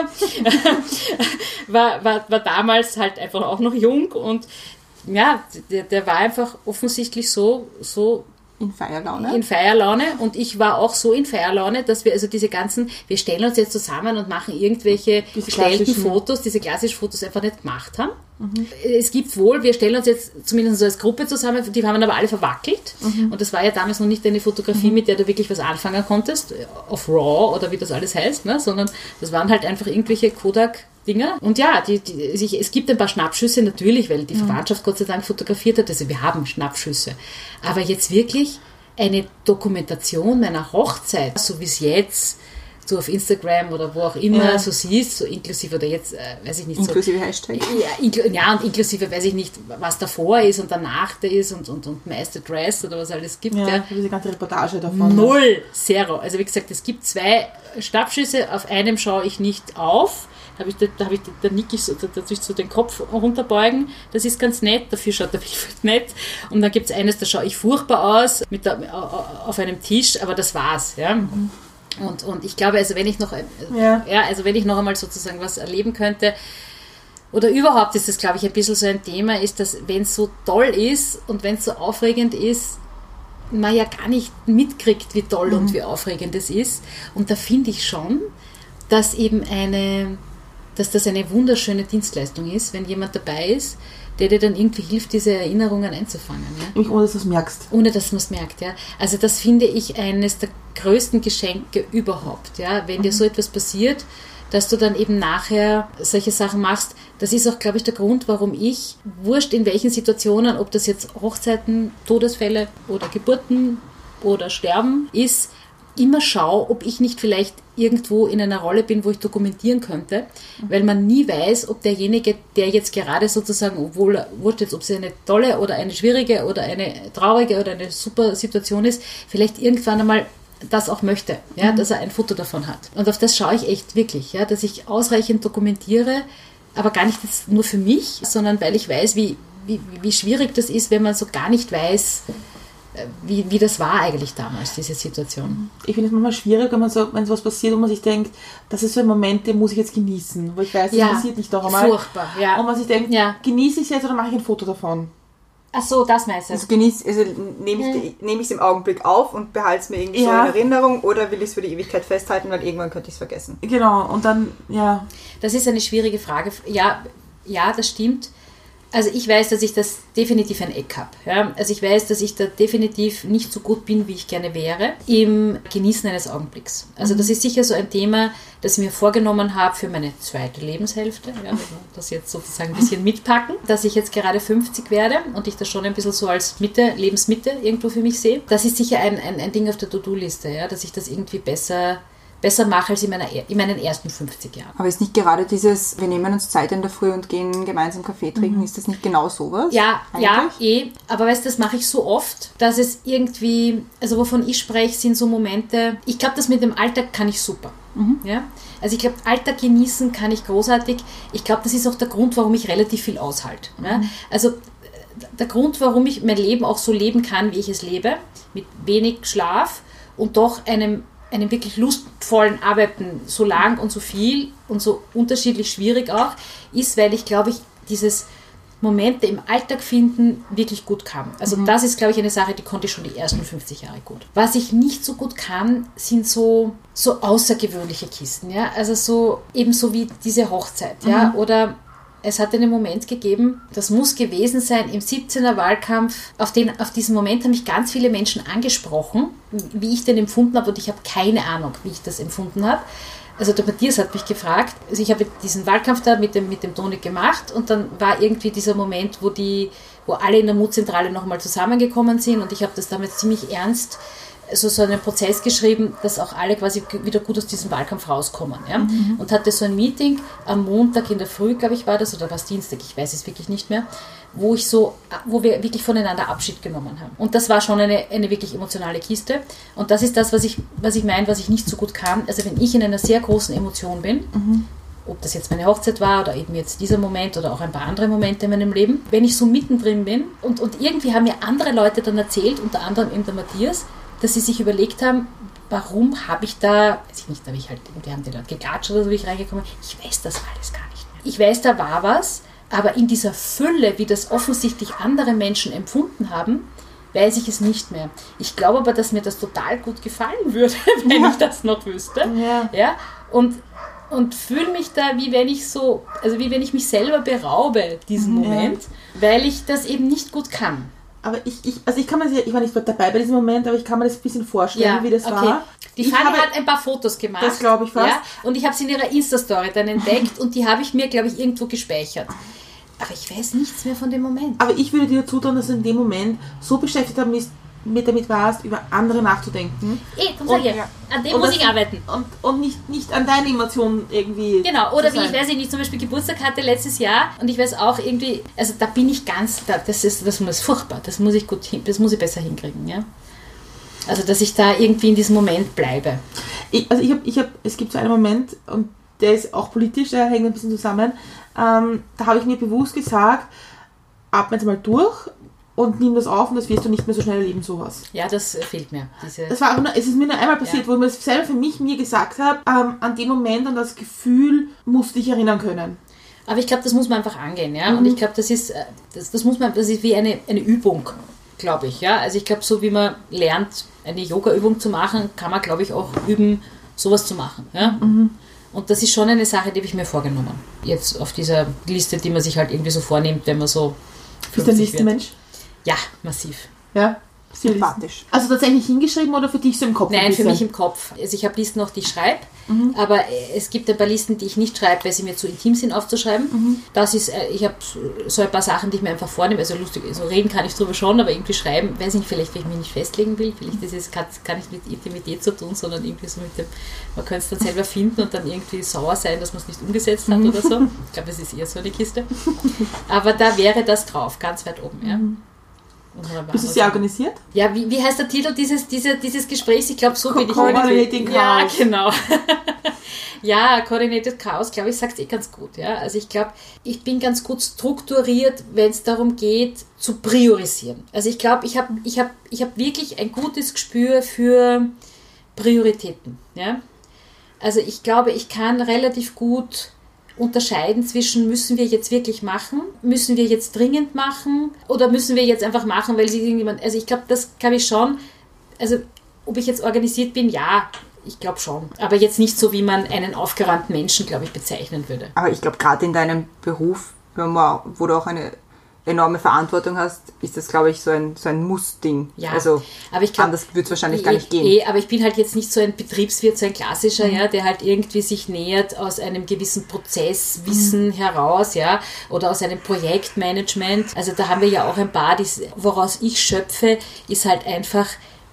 war damals halt einfach auch noch jung, und ja, der war einfach offensichtlich so in Feierlaune. In Feierlaune, und ich war auch so in Feierlaune, dass wir also wir stellen uns jetzt zusammen und machen irgendwelche gestellten Fotos, diese klassischen Fotos einfach nicht gemacht haben. Es gibt wohl, wir stellen uns jetzt zumindest so als Gruppe zusammen, die haben aber alle verwackelt, und das war ja damals noch nicht eine Fotografie, mit der du wirklich was anfangen konntest, auf RAW oder wie das alles heißt, ne? Sondern das waren halt einfach irgendwelche Kodak-Dinger. Und ja, es gibt ein paar Schnappschüsse natürlich, weil die Verwandtschaft Gott sei Dank fotografiert hat, also wir haben Schnappschüsse. Aber jetzt wirklich eine Dokumentation meiner Hochzeit, so wie es jetzt so auf Instagram oder wo auch immer so siehst, so inklusive, oder jetzt, weiß ich nicht, inklusive so, Hashtag. Ja, und inklusive, weiß ich nicht, was davor ist und danach da ist und meiste Dress oder was alles gibt. Ja, diese ganze Reportage davon. Null, zero. Also wie gesagt, es gibt 2 Schnappschüsse, auf einem schaue ich nicht auf, da nick ich so, dadurch so den Kopf runterbeugen, das ist ganz nett, dafür schaut der Wilfried nett. Und dann gibt es eines, da schaue ich furchtbar aus, auf einem Tisch, aber das war's, ja. Und ich glaube, also wenn ich noch einmal sozusagen was erleben könnte, oder überhaupt ist das, glaube ich, ein bisschen so ein Thema, ist, dass wenn es so toll ist und wenn es so aufregend ist, man ja gar nicht mitkriegt, wie toll und wie aufregend es ist. Und da finde ich schon, dass das eine wunderschöne Dienstleistung ist, wenn jemand dabei ist, der dir dann irgendwie hilft, diese Erinnerungen einzufangen. Ja? Ohne dass du es merkst. Ohne dass man es merkt, ja. Also das finde ich eines der größten Geschenke überhaupt, ja. Wenn dir so etwas passiert, dass du dann eben nachher solche Sachen machst. Das ist auch, glaube ich, der Grund, warum ich, wurscht in welchen Situationen, ob das jetzt Hochzeiten, Todesfälle oder Geburten oder Sterben ist, immer schaue, ob ich nicht vielleicht irgendwo in einer Rolle bin, wo ich dokumentieren könnte, weil man nie weiß, ob derjenige, der jetzt gerade sozusagen, obwohl jetzt, ob es eine tolle oder eine schwierige oder eine traurige oder eine super Situation ist, vielleicht irgendwann einmal das auch möchte, ja, dass er ein Foto davon hat. Und auf das schaue ich echt wirklich, ja, dass ich ausreichend dokumentiere, aber gar nicht jetzt nur für mich, sondern weil ich weiß, wie schwierig das ist, wenn man so gar nicht weiß, wie das war eigentlich damals, diese Situation. Ich finde es manchmal schwierig, wenn so was passiert und man sich denkt, das ist so ein Moment, den muss ich jetzt genießen, wo ich weiß, das passiert nicht noch einmal. Furchtbar, ja. Und man sich denkt, genieße ich es jetzt oder mache ich ein Foto davon? Ach so, das meinst du. Also nehme ich es im Augenblick auf und behalte es mir irgendwie so in Erinnerung, oder will ich es für die Ewigkeit festhalten, weil irgendwann könnte ich es vergessen. Genau, und dann, Das ist eine schwierige Frage. Ja, das stimmt. Also ich weiß, dass ich das definitiv ein Eck habe. Ja? Also ich weiß, dass ich da definitiv nicht so gut bin, wie ich gerne wäre, im Genießen eines Augenblicks. Also das ist sicher so ein Thema, das ich mir vorgenommen habe für meine zweite Lebenshälfte. Ja, das jetzt sozusagen ein bisschen mitpacken, dass ich jetzt gerade 50 werde und ich das schon ein bisschen so als Lebensmitte irgendwo für mich sehe. Das ist sicher ein Ding auf der To-Do-Liste, ja? Dass ich das irgendwie besser besser mache als in meinen ersten 50 Jahren. Aber ist nicht gerade dieses, wir nehmen uns Zeit in der Früh und gehen gemeinsam Kaffee trinken, ist das nicht genau sowas? Ja, eigentlich? aber weißt du, das mache ich so oft, dass es irgendwie, also wovon ich spreche, sind so Momente, ich glaube, das mit dem Alltag kann ich super. Ja? Also ich glaube, Alltag genießen kann ich großartig. Ich glaube, das ist auch der Grund, warum ich relativ viel aushalte. Ja? Also der Grund, warum ich mein Leben auch so leben kann, wie ich es lebe, mit wenig Schlaf und doch einem wirklich lustvollen Arbeiten, so lang und so viel und so unterschiedlich schwierig auch, ist, weil ich glaube, dieses Momente im Alltag finden wirklich gut kann. Also das ist, glaube ich, eine Sache, die konnte ich schon die ersten 50 Jahre gut. Was ich nicht so gut kann, sind so außergewöhnliche Kisten. Ja? Also so wie diese Hochzeit. Ja? Oder es hat einen Moment gegeben, das muss gewesen sein, im 17er Wahlkampf, auf diesen Moment haben mich ganz viele Menschen angesprochen, wie ich den empfunden habe, und ich habe keine Ahnung, wie ich das empfunden habe. Also der Matthias hat mich gefragt, also ich habe diesen Wahlkampf da mit dem Toni gemacht, und dann war irgendwie dieser Moment, wo alle in der Mutzentrale nochmal zusammengekommen sind, und ich habe das damals ziemlich ernst, so einen Prozess geschrieben, dass auch alle quasi wieder gut aus diesem Wahlkampf rauskommen. Ja? Und hatte so ein Meeting am Montag in der Früh, glaube ich, war das, oder war es Dienstag, ich weiß es wirklich nicht mehr, wo wir wirklich voneinander Abschied genommen haben. Und das war schon eine wirklich emotionale Kiste. Und das ist das, was ich meine, was ich nicht so gut kann. Also wenn ich in einer sehr großen Emotion bin, ob das jetzt meine Hochzeit war oder eben jetzt dieser Moment oder auch ein paar andere Momente in meinem Leben, wenn ich so mittendrin bin und irgendwie haben mir andere Leute dann erzählt, unter anderem eben der Matthias, dass sie sich überlegt haben, warum habe ich da, weiß ich nicht, da habe ich halt, die haben die Leute geklatscht oder so, wie ich reingekommen bin. Ich weiß das alles gar nicht mehr. Ich weiß, da war was, aber in dieser Fülle, wie das offensichtlich andere Menschen empfunden haben, weiß ich es nicht mehr. Ich glaube aber, dass mir das total gut gefallen würde, wenn ich das noch wüsste. Ja? Und fühle mich da, wie wenn ich mich selber beraube, diesen Moment, weil ich das eben nicht gut kann. Aber ich kann mir ich war nicht dabei bei diesem Moment, aber ich kann mir das ein bisschen vorstellen, wie das war. Die Fanny hat ein paar Fotos gemacht. Das glaube ich fast. Ja, und ich habe sie in ihrer Insta-Story dann entdeckt und die habe ich mir, glaube ich, irgendwo gespeichert. Aber ich weiß nichts mehr von dem Moment. Aber ich würde dir zutrauen, dass du in dem Moment so beschäftigt damit warst, über andere nachzudenken. Darum sage ich, an dem muss ich arbeiten. Und nicht an deine Emotionen irgendwie. Genau, oder wie ich weiß nicht, zum Beispiel Geburtstag hatte letztes Jahr und ich weiß auch irgendwie, also da bin ich das ist furchtbar, das muss ich besser hinkriegen, ja. Also dass ich da irgendwie in diesem Moment bleibe. Es gibt so einen Moment, und der ist auch politisch, der hängt ein bisschen zusammen, da habe ich mir bewusst gesagt, atme jetzt mal durch und nimm das auf, und das wirst du nicht mehr so schnell erleben, sowas. Ja, das fehlt mir. Es ist mir nur einmal passiert, wo ich mir das selber für mir gesagt habe, an den Moment, an das Gefühl musste ich erinnern können. Aber ich glaube, das muss man einfach angehen, ja. Und ich glaube, das ist wie eine Übung, glaube ich, ja. Also ich glaube, so wie man lernt, eine Yoga-Übung zu machen, kann man, glaube ich, auch üben, sowas zu machen, ja. Und das ist schon eine Sache, die habe ich mir vorgenommen. Jetzt auf dieser Liste, die man sich halt irgendwie so vornimmt, wenn man so 50 Bist du der nächste Mensch? Ja, massiv. Ja, sympathisch. Also tatsächlich hingeschrieben oder für dich so im Kopf? Nein, für mich im Kopf. Also ich habe Listen noch, die ich schreibe, aber es gibt ein paar Listen, die ich nicht schreibe, weil sie mir zu intim sind aufzuschreiben. Ich habe so ein paar Sachen, die ich mir einfach vornehme, also lustig, so reden kann ich drüber schon, aber irgendwie schreiben, weiß nicht, vielleicht, wenn ich mich nicht festlegen will, vielleicht das ist gar nicht mit Intimität zu tun, sondern irgendwie so mit dem, man könnte es dann selber finden und dann irgendwie sauer sein, dass man es nicht umgesetzt hat oder so. Ich glaube, das ist eher so eine Kiste. Aber da wäre das drauf, ganz weit oben, ja. Bist du sehr organisiert? Ja, wie heißt der Titel dieses Gesprächs? Ich glaube, so bin ich. Coordinating Chaos. Ja, genau. Ja, Coordinated Chaos, glaube ich, sagt ganz gut. Ja? Also ich glaube, ich bin ganz gut strukturiert, wenn es darum geht, zu priorisieren. Also ich glaube, ich hab wirklich ein gutes Gespür für Prioritäten. Ja? Also ich glaube, ich kann relativ gut unterscheiden zwischen, müssen wir jetzt wirklich machen, müssen wir jetzt dringend machen oder müssen wir jetzt einfach machen, weil sie irgendjemand, also ich glaube, das kann ich schon, also ob ich jetzt organisiert bin, ja, ich glaube schon, aber jetzt nicht so, wie man einen aufgeräumten Menschen, glaube ich, bezeichnen würde. Aber ich glaube, gerade in deinem Beruf, wo du auch eine enorme Verantwortung hast, ist das, glaube ich, so ein Muss-Ding. Ja, also aber ich glaub, anders wird es wahrscheinlich gar nicht gehen. Aber ich bin halt jetzt nicht so ein Betriebswirt, so ein klassischer, ja, der halt irgendwie sich nähert aus einem gewissen Prozesswissen heraus, ja, oder aus einem Projektmanagement. Also da haben wir ja auch ein paar, woraus ich schöpfe, ist halt einfach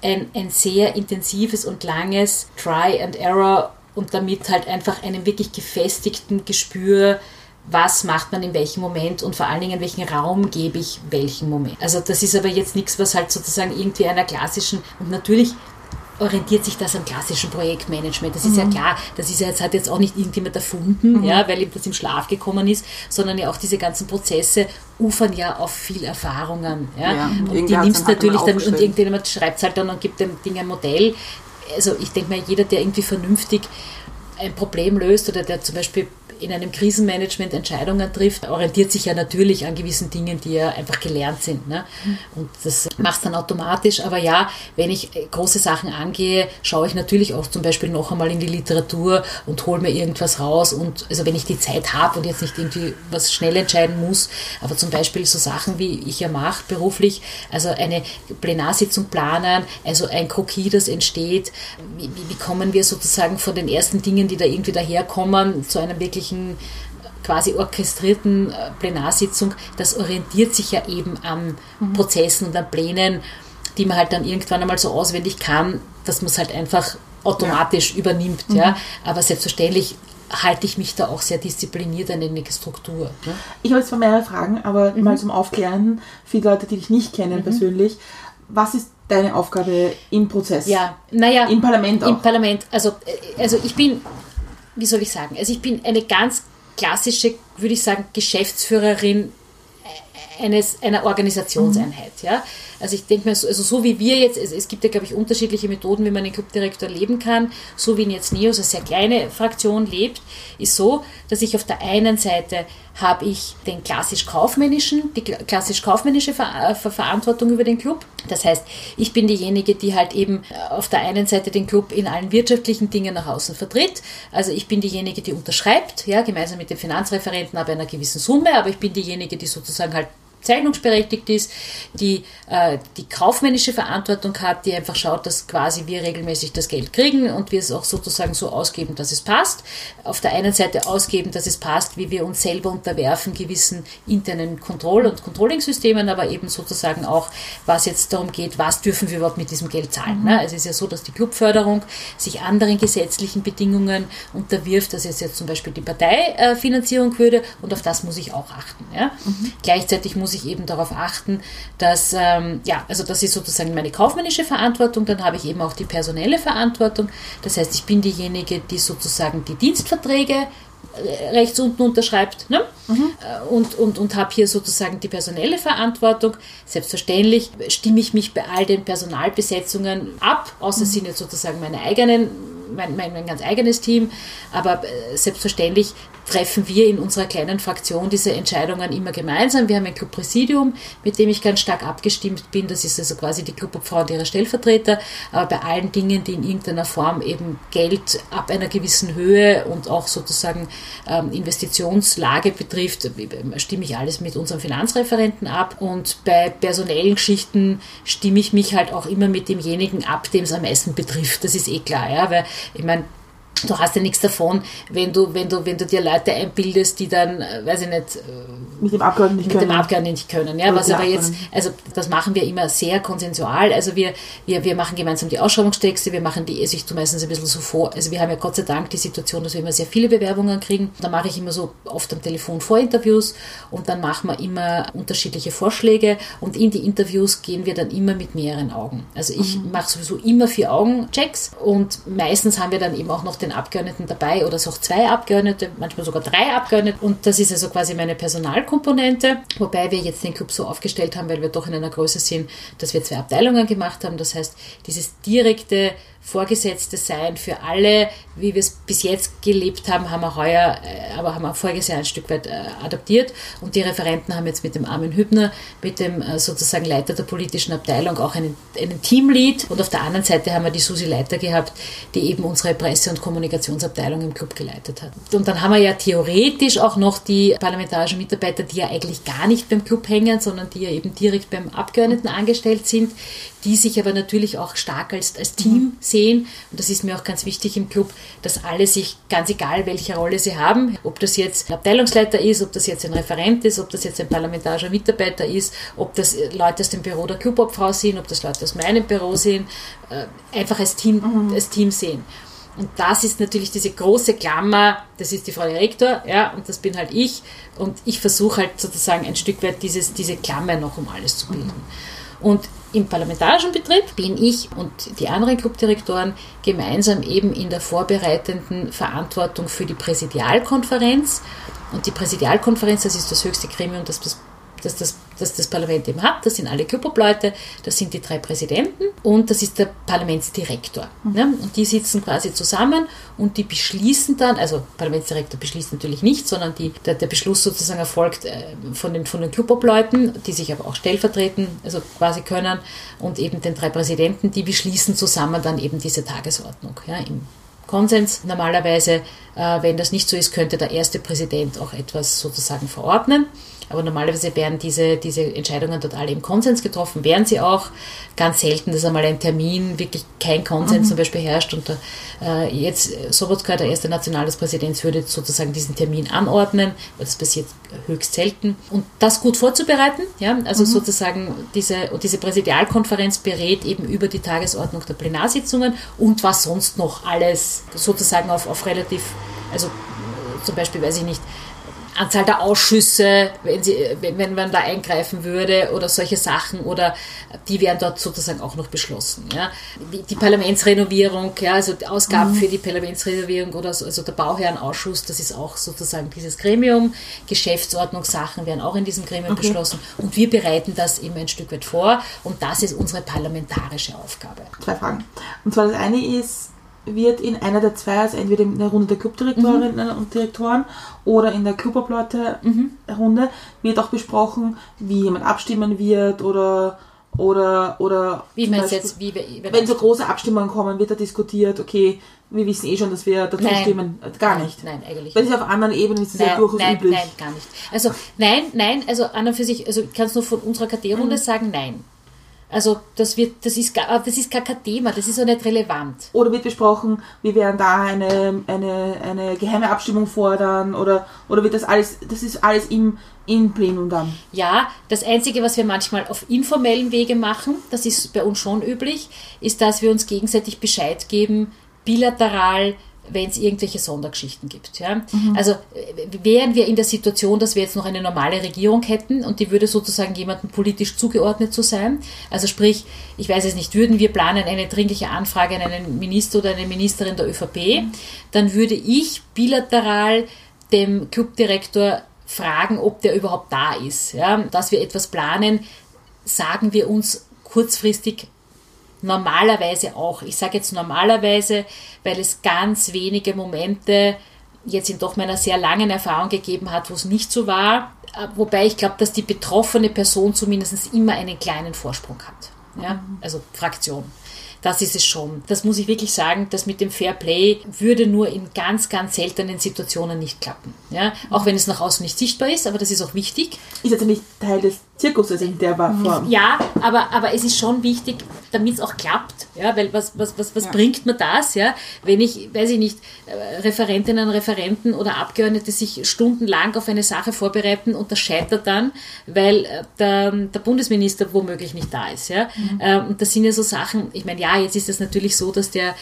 ein sehr intensives und langes Try and Error und damit halt einfach einem wirklich gefestigten Gespür, was macht man in welchem Moment und vor allen Dingen, welchen Raum gebe ich welchen Moment. Also das ist aber jetzt nichts, was halt sozusagen irgendwie einer klassischen, und natürlich orientiert sich das am klassischen Projektmanagement. Das ist ja klar, das ist ja jetzt, hat jetzt auch nicht irgendjemand erfunden, ja, weil ihm das im Schlaf gekommen ist, sondern ja auch diese ganzen Prozesse ufern ja auf viel Erfahrungen. Ja. Und die nimmst natürlich dann, und irgendjemand schreibt es halt dann und gibt dem Ding ein Modell. Also ich denke mal, jeder, der irgendwie vernünftig ein Problem löst oder der zum Beispiel in einem Krisenmanagement Entscheidungen trifft, orientiert sich ja natürlich an gewissen Dingen, die ja einfach gelernt sind. Ne? Und das macht es dann automatisch. Aber ja, wenn ich große Sachen angehe, schaue ich natürlich auch zum Beispiel noch einmal in die Literatur und hole mir irgendwas raus. Und also wenn ich die Zeit habe und jetzt nicht irgendwie was schnell entscheiden muss, aber zum Beispiel so Sachen, wie ich ja mache beruflich, also eine Plenarsitzung planen, also ein Kroquis, das entsteht, wie kommen wir sozusagen von den ersten Dingen, die da irgendwie daherkommen, zu einem wirklichen quasi orchestrierten Plenarsitzung, das orientiert sich ja eben an Prozessen und an Plänen, die man halt dann irgendwann einmal so auswendig kann, dass man es halt einfach automatisch übernimmt. Ja? Aber selbstverständlich halte ich mich da auch sehr diszipliniert an eine Struktur. Ne? Ich habe jetzt zwar mehrere Fragen, aber mal zum Aufklären, für die Leute, die dich nicht kennen persönlich, was ist deine Aufgabe im Prozess? Ja, naja. Im Parlament auch? Im Parlament, also ich bin, wie soll ich sagen, also ich bin eine ganz klassische, würde ich sagen, Geschäftsführerin einer Organisationseinheit. Ja? Also ich denke mir, so wie wir jetzt, es gibt ja, glaube ich, unterschiedliche Methoden, wie man einen Clubdirektor leben kann. So wie jetzt NEOS, eine sehr kleine Fraktion lebt, ist so, dass ich auf der einen Seite habe ich die klassisch-kaufmännische Verantwortung über den Club. Das heißt, ich bin diejenige, die halt eben auf der einen Seite den Club in allen wirtschaftlichen Dingen nach außen vertritt. Also ich bin diejenige, die unterschreibt, ja, gemeinsam mit dem Finanzreferenten ab einer gewissen Summe, aber ich bin diejenige, die sozusagen halt zeichnungsberechtigt ist, die kaufmännische Verantwortung hat, die einfach schaut, dass quasi wir regelmäßig das Geld kriegen und wir es auch sozusagen so ausgeben, dass es passt. Auf der einen Seite ausgeben, dass es passt, wie wir uns selber unterwerfen gewissen internen Kontroll- und Controlling-Systemen, aber eben sozusagen auch, was jetzt darum geht, was dürfen wir überhaupt mit diesem Geld zahlen. Ne? Es ist ja so, dass die Clubförderung sich anderen gesetzlichen Bedingungen unterwirft, dass es jetzt zum Beispiel die Parteifinanzierung würde, und auf das muss ich auch achten. Ja? Gleichzeitig muss ich eben darauf achten, dass, also das ist sozusagen meine kaufmännische Verantwortung, dann habe ich eben auch die personelle Verantwortung, das heißt, ich bin diejenige, die sozusagen die Dienstverträge rechts unten unterschreibt, ne? Und habe hier sozusagen die personelle Verantwortung. Selbstverständlich stimme ich mich bei all den Personalbesetzungen ab, außer sind jetzt sozusagen mein ganz eigenes Team, aber selbstverständlich treffen wir in unserer kleinen Fraktion diese Entscheidungen immer gemeinsam. Wir haben ein Clubpräsidium, mit dem ich ganz stark abgestimmt bin. Das ist also quasi die Clubobfrau und ihre Stellvertreter. Aber bei allen Dingen, die in irgendeiner Form eben Geld ab einer gewissen Höhe und auch sozusagen Investitionslage betrifft, stimme ich alles mit unserem Finanzreferenten ab. Und bei personellen Geschichten stimme ich mich halt auch immer mit demjenigen ab, dem es am meisten betrifft. Das ist eh klar, ja, weil ich meine, du hast ja nichts davon, wenn du dir Leute einbildest, die dann, weiß ich nicht, mit dem Abgeordneten nicht können. Ja, was aber jetzt, also das machen wir immer sehr konsensual. Also wir machen gemeinsam die Ausschreibungstexte, also ich tue meistens ein bisschen so vor, also wir haben ja Gott sei Dank die Situation, dass wir immer sehr viele Bewerbungen kriegen. Da mache ich immer so oft am Telefon Vorinterviews und dann machen wir immer unterschiedliche Vorschläge und in die Interviews gehen wir dann immer mit mehreren Augen. Also ich mache sowieso immer 4 Augenchecks und meistens haben wir dann eben auch noch den Abgeordneten dabei oder so auch 2 Abgeordnete, manchmal sogar 3 Abgeordnete, und das ist also quasi meine Personalkomponente, wobei wir jetzt den Club so aufgestellt haben, weil wir doch in einer Größe sind, dass wir 2 Abteilungen gemacht haben. Das heißt, dieses direkte Vorgesetzte sein für alle, wie wir es bis jetzt gelebt haben, haben wir voriges Jahr ein Stück weit adaptiert, und die Referenten haben jetzt mit dem Armin Hübner, mit dem sozusagen Leiter der politischen Abteilung, auch einen Teamlead, und auf der anderen Seite haben wir die Susi Leiter gehabt, die eben unsere Presse- und Kommunikationsabteilung im Club geleitet hat. Und dann haben wir ja theoretisch auch noch die parlamentarischen Mitarbeiter, die ja eigentlich gar nicht beim Club hängen, sondern die ja eben direkt beim Abgeordneten angestellt sind, die sich aber natürlich auch stark als Team sehen. Und das ist mir auch ganz wichtig im Club, dass alle sich, ganz egal welche Rolle sie haben, ob das jetzt ein Abteilungsleiter ist, ob das jetzt ein Referent ist, ob das jetzt ein parlamentarischer Mitarbeiter ist, ob das Leute aus dem Büro der Clubobfrau sind, ob das Leute aus meinem Büro sind, einfach als Team sehen. Und das ist natürlich diese große Klammer, das ist die Frau Direktor, ja, und das bin halt ich. Und ich versuche halt sozusagen ein Stück weit diese Klammer noch um alles zu bilden. Und im parlamentarischen Betrieb bin ich und die anderen Clubdirektoren gemeinsam eben in der vorbereitenden Verantwortung für die Präsidialkonferenz. Und die Präsidialkonferenz, das ist das höchste Gremium, das das Parlament eben hat. Das sind alle Clubobleute, das sind die 3 Präsidenten und das ist der Parlamentsdirektor. Ne? Und die sitzen quasi zusammen und die beschließen dann, also Parlamentsdirektor beschließt natürlich nicht, sondern der Beschluss sozusagen erfolgt von den Clubobleuten, die sich aber auch stellvertreten, also quasi können, und eben den 3 Präsidenten, die beschließen zusammen dann eben diese Tagesordnung. Ja, im Konsens normalerweise, wenn das nicht so ist, könnte der erste Präsident auch etwas sozusagen verordnen. Aber normalerweise werden diese Entscheidungen dort alle im Konsens getroffen, werden sie auch. Ganz selten, dass einmal ein Termin wirklich kein Konsens zum Beispiel herrscht. Und jetzt Sobotka, der erste Nationalratspräsident, würde sozusagen diesen Termin anordnen, weil das passiert höchst selten. Und das gut vorzubereiten, ja, also sozusagen diese Präsidialkonferenz berät eben über die Tagesordnung der Plenarsitzungen und was sonst noch alles sozusagen auf relativ, also zum Beispiel, weiß ich nicht, Anzahl der Ausschüsse, wenn man da eingreifen würde oder solche Sachen, oder die werden dort sozusagen auch noch beschlossen. Ja. Die Parlamentsrenovierung, ja, also die Ausgaben für die Parlamentsrenovierung oder so, also der Bauherrenausschuss, das ist auch sozusagen dieses Gremium. Geschäftsordnungssachen werden auch in diesem Gremium beschlossen und wir bereiten das eben ein Stück weit vor und das ist unsere parlamentarische Aufgabe. 2 Fragen. Und zwar das eine ist, wird in einer der 2, also entweder in der Runde der Clubdirektorinnen und Direktoren oder in der Clubobleute-Runde, wird auch besprochen, wie jemand abstimmen wird oder wie meinst du jetzt, wenn so große Abstimmungen kommen, wird da diskutiert, okay, wir wissen eh schon, dass wir dazu stimmen. Gar nicht. Nein, eigentlich Weil es auf anderen Ebenen ist das ja durchaus üblich. Nein, gar nicht. Also nein, also an und für sich, also ich kann es nur von unserer KT-Runde sagen, nein. Also das ist gar kein Thema, das ist auch nicht relevant. Oder wird besprochen, wir werden da eine geheime Abstimmung fordern oder wird das ist alles im Plenum dann? Ja, das Einzige, was wir manchmal auf informellen Wege machen, das ist bei uns schon üblich, ist, dass wir uns gegenseitig Bescheid geben, bilateral, wenn es irgendwelche Sondergeschichten gibt. Ja? Also wären wir in der Situation, dass wir jetzt noch eine normale Regierung hätten und die würde sozusagen jemandem politisch zugeordnet zu sein, also sprich, ich weiß es nicht, würden wir planen eine dringliche Anfrage an einen Minister oder eine Ministerin der ÖVP, dann würde ich bilateral dem Clubdirektor fragen, ob der überhaupt da ist. Ja? Dass wir etwas planen, sagen wir uns kurzfristig normalerweise auch. Ich sage jetzt normalerweise, weil es ganz wenige Momente jetzt in doch meiner sehr langen Erfahrung gegeben hat, wo es nicht so war. Wobei ich glaube, dass die betroffene Person zumindest immer einen kleinen Vorsprung hat. Ja? Also Fraktion. Das ist es schon. Das muss ich wirklich sagen, das mit dem Fairplay würde nur in ganz, ganz seltenen Situationen nicht klappen. Ja? Auch wenn es nach außen nicht sichtbar ist, aber das ist auch wichtig. Ist jetzt nicht Teil des Zirkuses in der Form. Ja, aber es ist schon wichtig, damit es auch klappt. Ja? Weil was bringt mir das, ja? Wenn ich, weiß ich nicht, Referentinnen, Referenten oder Abgeordnete sich stundenlang auf eine Sache vorbereiten und das scheitert dann, weil der Bundesminister womöglich nicht da ist. Ja? Und das sind ja so Sachen, ich meine, ja, jetzt ist es natürlich so, dass der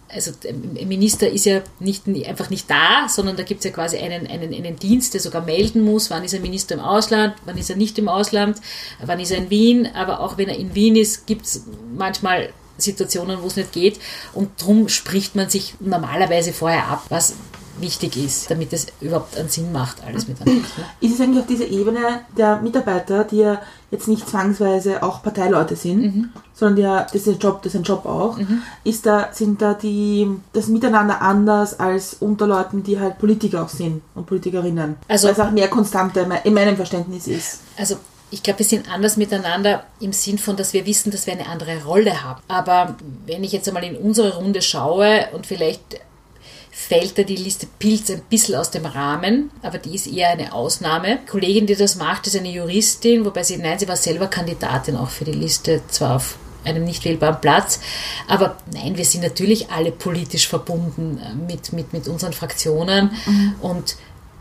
Minister ist ja einfach nicht da, sondern da gibt es ja quasi einen Dienst, der sogar melden muss, wann ist ein Minister im Ausland, wann ist er nicht im Ausland, wann ist er in Wien, aber auch wenn er in Wien ist, gibt es manchmal Situationen, wo es nicht geht und darum spricht man sich normalerweise vorher ab, was wichtig ist, damit es überhaupt einen Sinn macht, alles miteinander. Ist es eigentlich auf dieser Ebene der Mitarbeiter, die ja jetzt nicht zwangsweise auch Parteileute sind, sondern das ist ein Job auch, sind da das Miteinander anders als unter Leuten, die halt Politiker auch sind und Politikerinnen? Also, weil es auch mehr Konstante in meinem Verständnis ist. Also ich glaube, wir sind anders miteinander im Sinn von, dass wir wissen, dass wir eine andere Rolle haben. Aber wenn ich jetzt einmal in unsere Runde schaue und vielleicht fällt da die Liste Pilz ein bisschen aus dem Rahmen, aber die ist eher eine Ausnahme. Die Kollegin, die das macht, ist eine Juristin, wobei sie war selber Kandidatin auch für die Liste, zwar auf einem nicht wählbaren Platz. Aber nein, wir sind natürlich alle politisch verbunden mit unseren Fraktionen und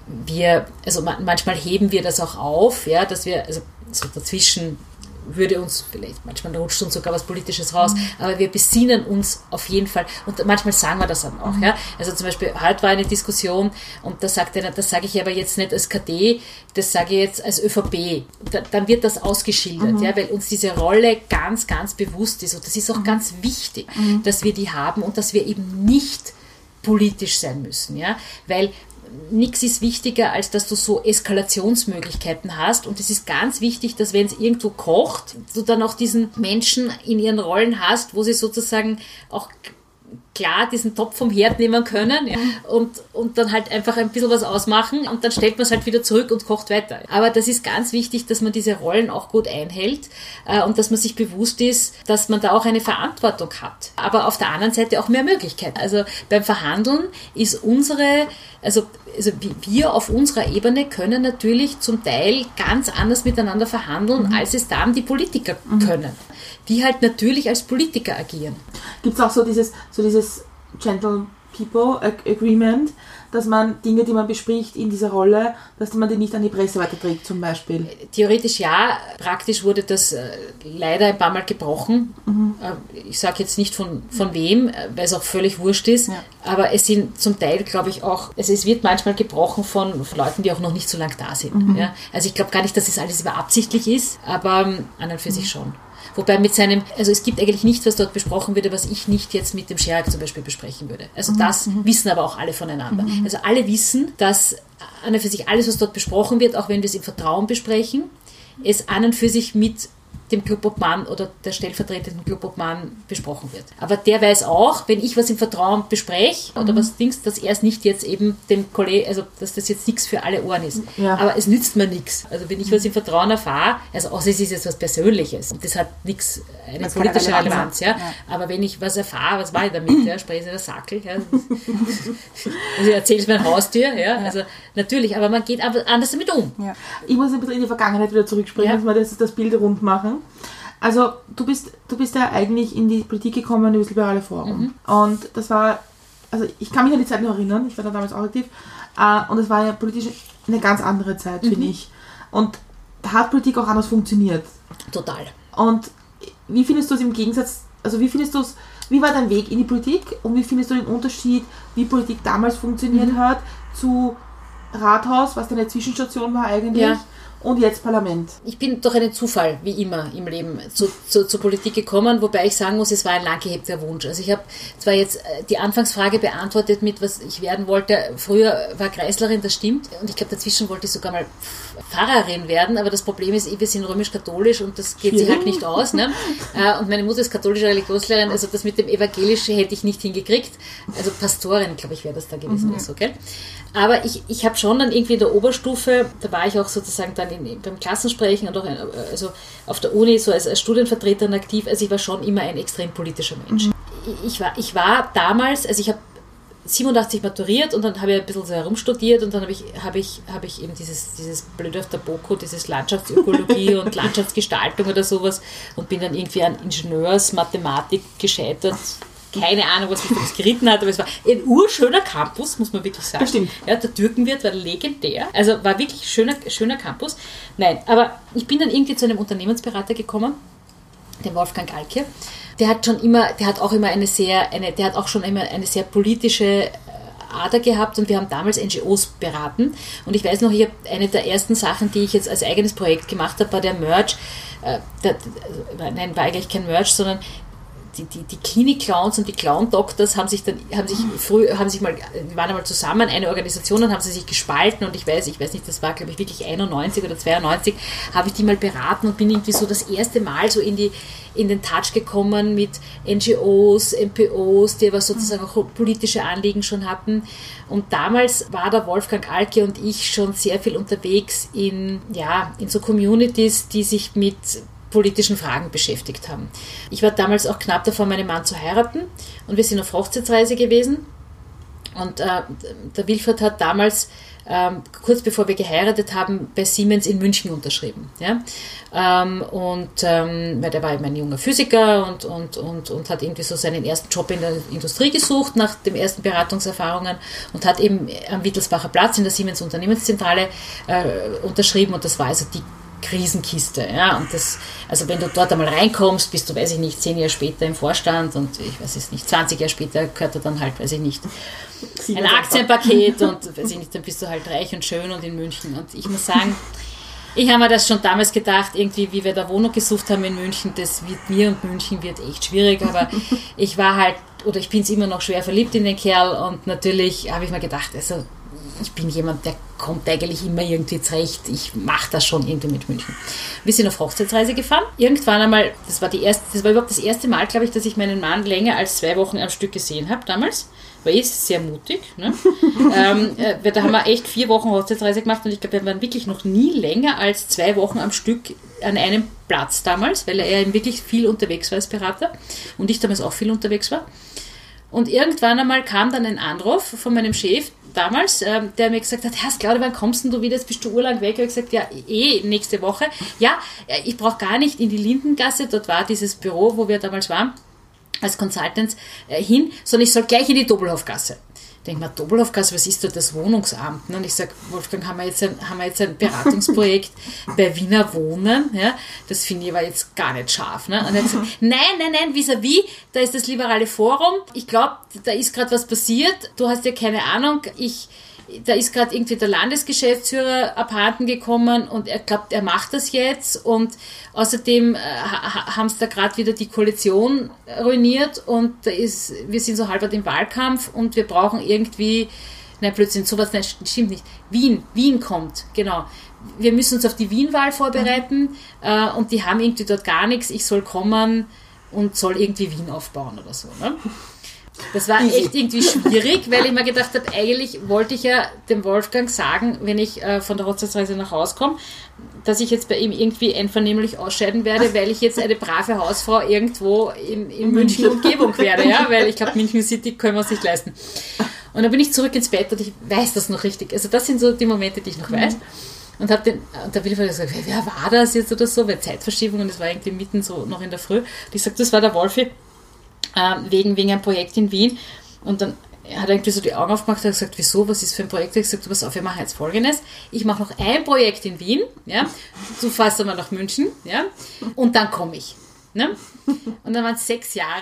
also manchmal heben wir das auch auf, ja, dass wir, also so dazwischen würde uns vielleicht, manchmal rutscht uns sogar was Politisches raus, aber wir besinnen uns auf jeden Fall und manchmal sagen wir das dann auch. Ja? Also zum Beispiel, heute war eine Diskussion und da sagt einer, das sage ich aber jetzt nicht als KD, das sage ich jetzt als ÖVP. Dann wird das ausgeschildert, ja, weil uns diese Rolle ganz, ganz bewusst ist und das ist auch ganz wichtig, dass wir die haben und dass wir eben nicht politisch sein müssen, ja, weil nichts ist wichtiger, als dass du so Eskalationsmöglichkeiten hast und es ist ganz wichtig, dass wenn es irgendwo kocht, du dann auch diesen Menschen in ihren Rollen hast, wo sie sozusagen auch klar diesen Topf vom Herd nehmen können, ja, und dann halt einfach ein bisschen was ausmachen und dann stellt man es halt wieder zurück und kocht weiter. Aber das ist ganz wichtig, dass man diese Rollen auch gut einhält und dass man sich bewusst ist, dass man da auch eine Verantwortung hat. Aber auf der anderen Seite auch mehr Möglichkeiten. Also beim Verhandeln ist also wir auf unserer Ebene können natürlich zum Teil ganz anders miteinander verhandeln, als es dann die Politiker können, die halt natürlich als Politiker agieren. Gibt es auch so dieses Gentle People Agreement, dass man Dinge, die man bespricht in dieser Rolle, dass man die nicht an die Presse weiterträgt zum Beispiel? Theoretisch ja, praktisch wurde das leider ein paar Mal gebrochen. Ich sage jetzt nicht von wem, weil es auch völlig wurscht ist, aber es sind zum Teil, glaube ich, auch, also es wird manchmal gebrochen von Leuten, die auch noch nicht so lange da sind. Ja? Also ich glaube gar nicht, dass es alles absichtlich ist, aber an und für sich schon. Wobei also es gibt eigentlich nichts, was dort besprochen würde, was ich nicht jetzt mit dem Scherak zum Beispiel besprechen würde. Also das wissen aber auch alle voneinander. Also alle wissen, dass an und für sich alles, was dort besprochen wird, auch wenn wir es im Vertrauen besprechen, es an und für sich mit dem Clubobmann oder der stellvertretenden Clubobmann besprochen wird. Aber der weiß auch, wenn ich was im Vertrauen bespreche oder was dass er es nicht jetzt eben dem Kollegen, also dass das jetzt nichts für alle Ohren ist. Ja. Aber es nützt mir nichts. Also wenn ich was im Vertrauen erfahre, also außer es ist jetzt was Persönliches und das hat nichts, eine politische Relevanz, ja. Aber wenn ich was erfahre, was mache ich damit? Ja? Spreche ich in der Sackel, ja? Also ich erzähle es mein Haustier, ja. Also natürlich, aber man geht anders damit um. Ja. Ich muss ein bisschen in die Vergangenheit wieder zurückspringen, dass wir das Bild rund machen. Also du bist ja eigentlich in die Politik gekommen über das Liberale Forum. Und das war, also ich kann mich an die Zeit noch erinnern, ich war da damals auch aktiv, und es war ja politisch eine ganz andere Zeit, finde ich. Und da hat Politik auch anders funktioniert. Total. Und wie findest du es im Gegensatz, also wie war dein Weg in die Politik und wie findest du den Unterschied, wie Politik damals funktioniert hat, zu Rathaus, was deine Zwischenstation war eigentlich? Ja. Und jetzt Parlament. Ich bin durch einen Zufall, wie immer im Leben, zur Politik gekommen, wobei ich sagen muss, es war ein lang gehegter Wunsch. Also ich habe zwar jetzt die Anfangsfrage beantwortet mit, was ich werden wollte. Früher war Kreislerin, das stimmt. Und ich glaube, dazwischen wollte ich sogar mal Pfarrerin werden, aber das Problem ist, wir sind römisch-katholisch und das geht sich halt nicht aus. Ne? Und meine Mutter ist katholische Religionslehrerin, also das mit dem Evangelischen hätte ich nicht hingekriegt. Also Pastorin, glaube ich, wäre das da gewesen. So, okay? Aber ich habe schon dann irgendwie in der Oberstufe, da war ich auch sozusagen dann beim Klassensprechen und auch also auf der Uni so als Studienvertreterin aktiv, also ich war schon immer ein extrem politischer Mensch. Ich war damals, also ich habe 87 maturiert und dann habe ich ein bisschen so herumstudiert und dann habe ich eben dieses Blöde auf der BOKU, dieses Landschaftsökologie und Landschaftsgestaltung oder sowas und bin dann irgendwie an Ingenieursmathematik gescheitert. Keine Ahnung, was mich damals geritten hat, aber es war ein urschöner Campus, muss man wirklich sagen. Bestimmt. Ja, der Türkenwirt war legendär. Also war wirklich schöner Campus. Nein, aber ich bin dann irgendwie zu einem Unternehmensberater gekommen, dem Wolfgang Alke. Der hat auch eine sehr politische Ader gehabt und wir haben damals NGOs beraten. Und ich weiß noch, eine der ersten Sachen, die ich jetzt als eigenes Projekt gemacht habe, war der Merge. Nein, war eigentlich kein Merge, sondern die Klinik-Clowns und die Clown-Doctors wir waren einmal zusammen, eine Organisation, dann haben sie sich gespalten und ich weiß nicht, das war glaube ich wirklich 91 oder 92, habe ich die mal beraten und bin irgendwie so das erste Mal so in den Touch gekommen mit NGOs, NPOs, die aber sozusagen auch politische Anliegen schon hatten. Und damals war der Wolfgang Alke und ich schon sehr viel unterwegs in so Communities, die sich mit politischen Fragen beschäftigt haben. Ich war damals auch knapp davor, meinen Mann zu heiraten und wir sind auf Hochzeitsreise gewesen Und der Wilfried hat damals, kurz bevor wir geheiratet haben, bei Siemens in München unterschrieben. Ja? Weil der war eben ein junger Physiker und hat irgendwie so seinen ersten Job in der Industrie gesucht nach den ersten Beratungserfahrungen und hat eben am Wittelsbacher Platz in der Siemens Unternehmenszentrale unterschrieben, und das war also die Krisenkiste. Ja? Und also wenn du dort einmal reinkommst, bist du, weiß ich nicht, 10 Jahre später im Vorstand, und ich weiß es nicht, 20 Jahre später gehört er dann halt, weiß ich nicht, ein Aktienpaket, und weiß ich nicht, dann bist du halt reich und schön und in München. Und ich muss sagen, ich habe mir das schon damals gedacht, irgendwie, wie wir da Wohnung gesucht haben in München, das wird mir und München wird echt schwierig, aber ich war halt, oder ich bin es immer noch schwer verliebt in den Kerl, und natürlich habe ich mir gedacht, also ich bin jemand, der kommt eigentlich immer irgendwie zurecht. Ich mache das schon irgendwie mit München. Wir sind auf Hochzeitsreise gefahren. Irgendwann einmal, das war überhaupt das erste Mal, glaube ich, dass ich meinen Mann länger als 2 Wochen am Stück gesehen habe damals. War sehr mutig. Ne? Da haben wir echt 4 Wochen Hochzeitsreise gemacht, und ich glaube, wir waren wirklich noch nie länger als 2 Wochen am Stück an einem Platz damals, weil er eben wirklich viel unterwegs war als Berater und ich damals auch viel unterwegs war. Und irgendwann einmal kam dann ein Anruf von meinem Chef damals, der mir gesagt hat, Herr Claudia, wann kommst denn du wieder? Jetzt bist du urlang weg. Ich habe gesagt, ja, nächste Woche. Ja, ich brauche gar nicht in die Lindengasse, dort war dieses Büro, wo wir damals waren, als Consultants hin, sondern ich soll gleich in die Doppelhofgasse. Ich denke mal, Doppelhofgasse, was ist da das Wohnungsamt? Und ich sage, Wolfgang, haben wir jetzt ein Beratungsprojekt bei Wiener Wohnen? Ja, das finde ich aber jetzt gar nicht scharf. Ne? Und er hat gesagt, nein, vis-à-vis, da ist das liberale Forum. Ich glaube, da ist gerade was passiert. Du hast ja keine Ahnung. Da ist gerade irgendwie der Landesgeschäftsführer abhanden gekommen, und er glaubt, er macht das jetzt, und außerdem haben sie da gerade wieder die Koalition ruiniert, und wir sind so halb im Wahlkampf, und wir brauchen irgendwie, nein, Blödsinn, sowas, nein, stimmt nicht, Wien kommt, genau. Wir müssen uns auf die Wien-Wahl vorbereiten, und die haben irgendwie dort gar nichts, ich soll kommen und soll irgendwie Wien aufbauen oder so, ne? Das war echt irgendwie schwierig, weil ich mir gedacht habe, eigentlich wollte ich ja dem Wolfgang sagen, wenn ich von der Hochzeitsreise nach Hause komme, dass ich jetzt bei ihm irgendwie einvernehmlich ausscheiden werde, weil ich jetzt eine brave Hausfrau irgendwo in München Umgebung werde, ja, weil ich glaube, München City können wir uns nicht leisten. Und dann bin ich zurück ins Bett, und ich weiß das noch richtig. Also das sind so die Momente, die ich noch weiß. Und da will ich gesagt, wer war das jetzt oder so, weil Zeitverschiebung, und es war irgendwie mitten so noch in der Früh. Und ich sage, das war der Wolfi, wegen einem Projekt in Wien. Und dann hat er irgendwie so die Augen aufgemacht und gesagt, wieso, was ist für ein Projekt? Ich habe gesagt, pass auf, wir machen jetzt Folgendes. Ich mache noch ein Projekt in Wien, ja, du fährst einmal nach München, ja, und dann komme ich. Ne? Und dann waren es 6 Jahre.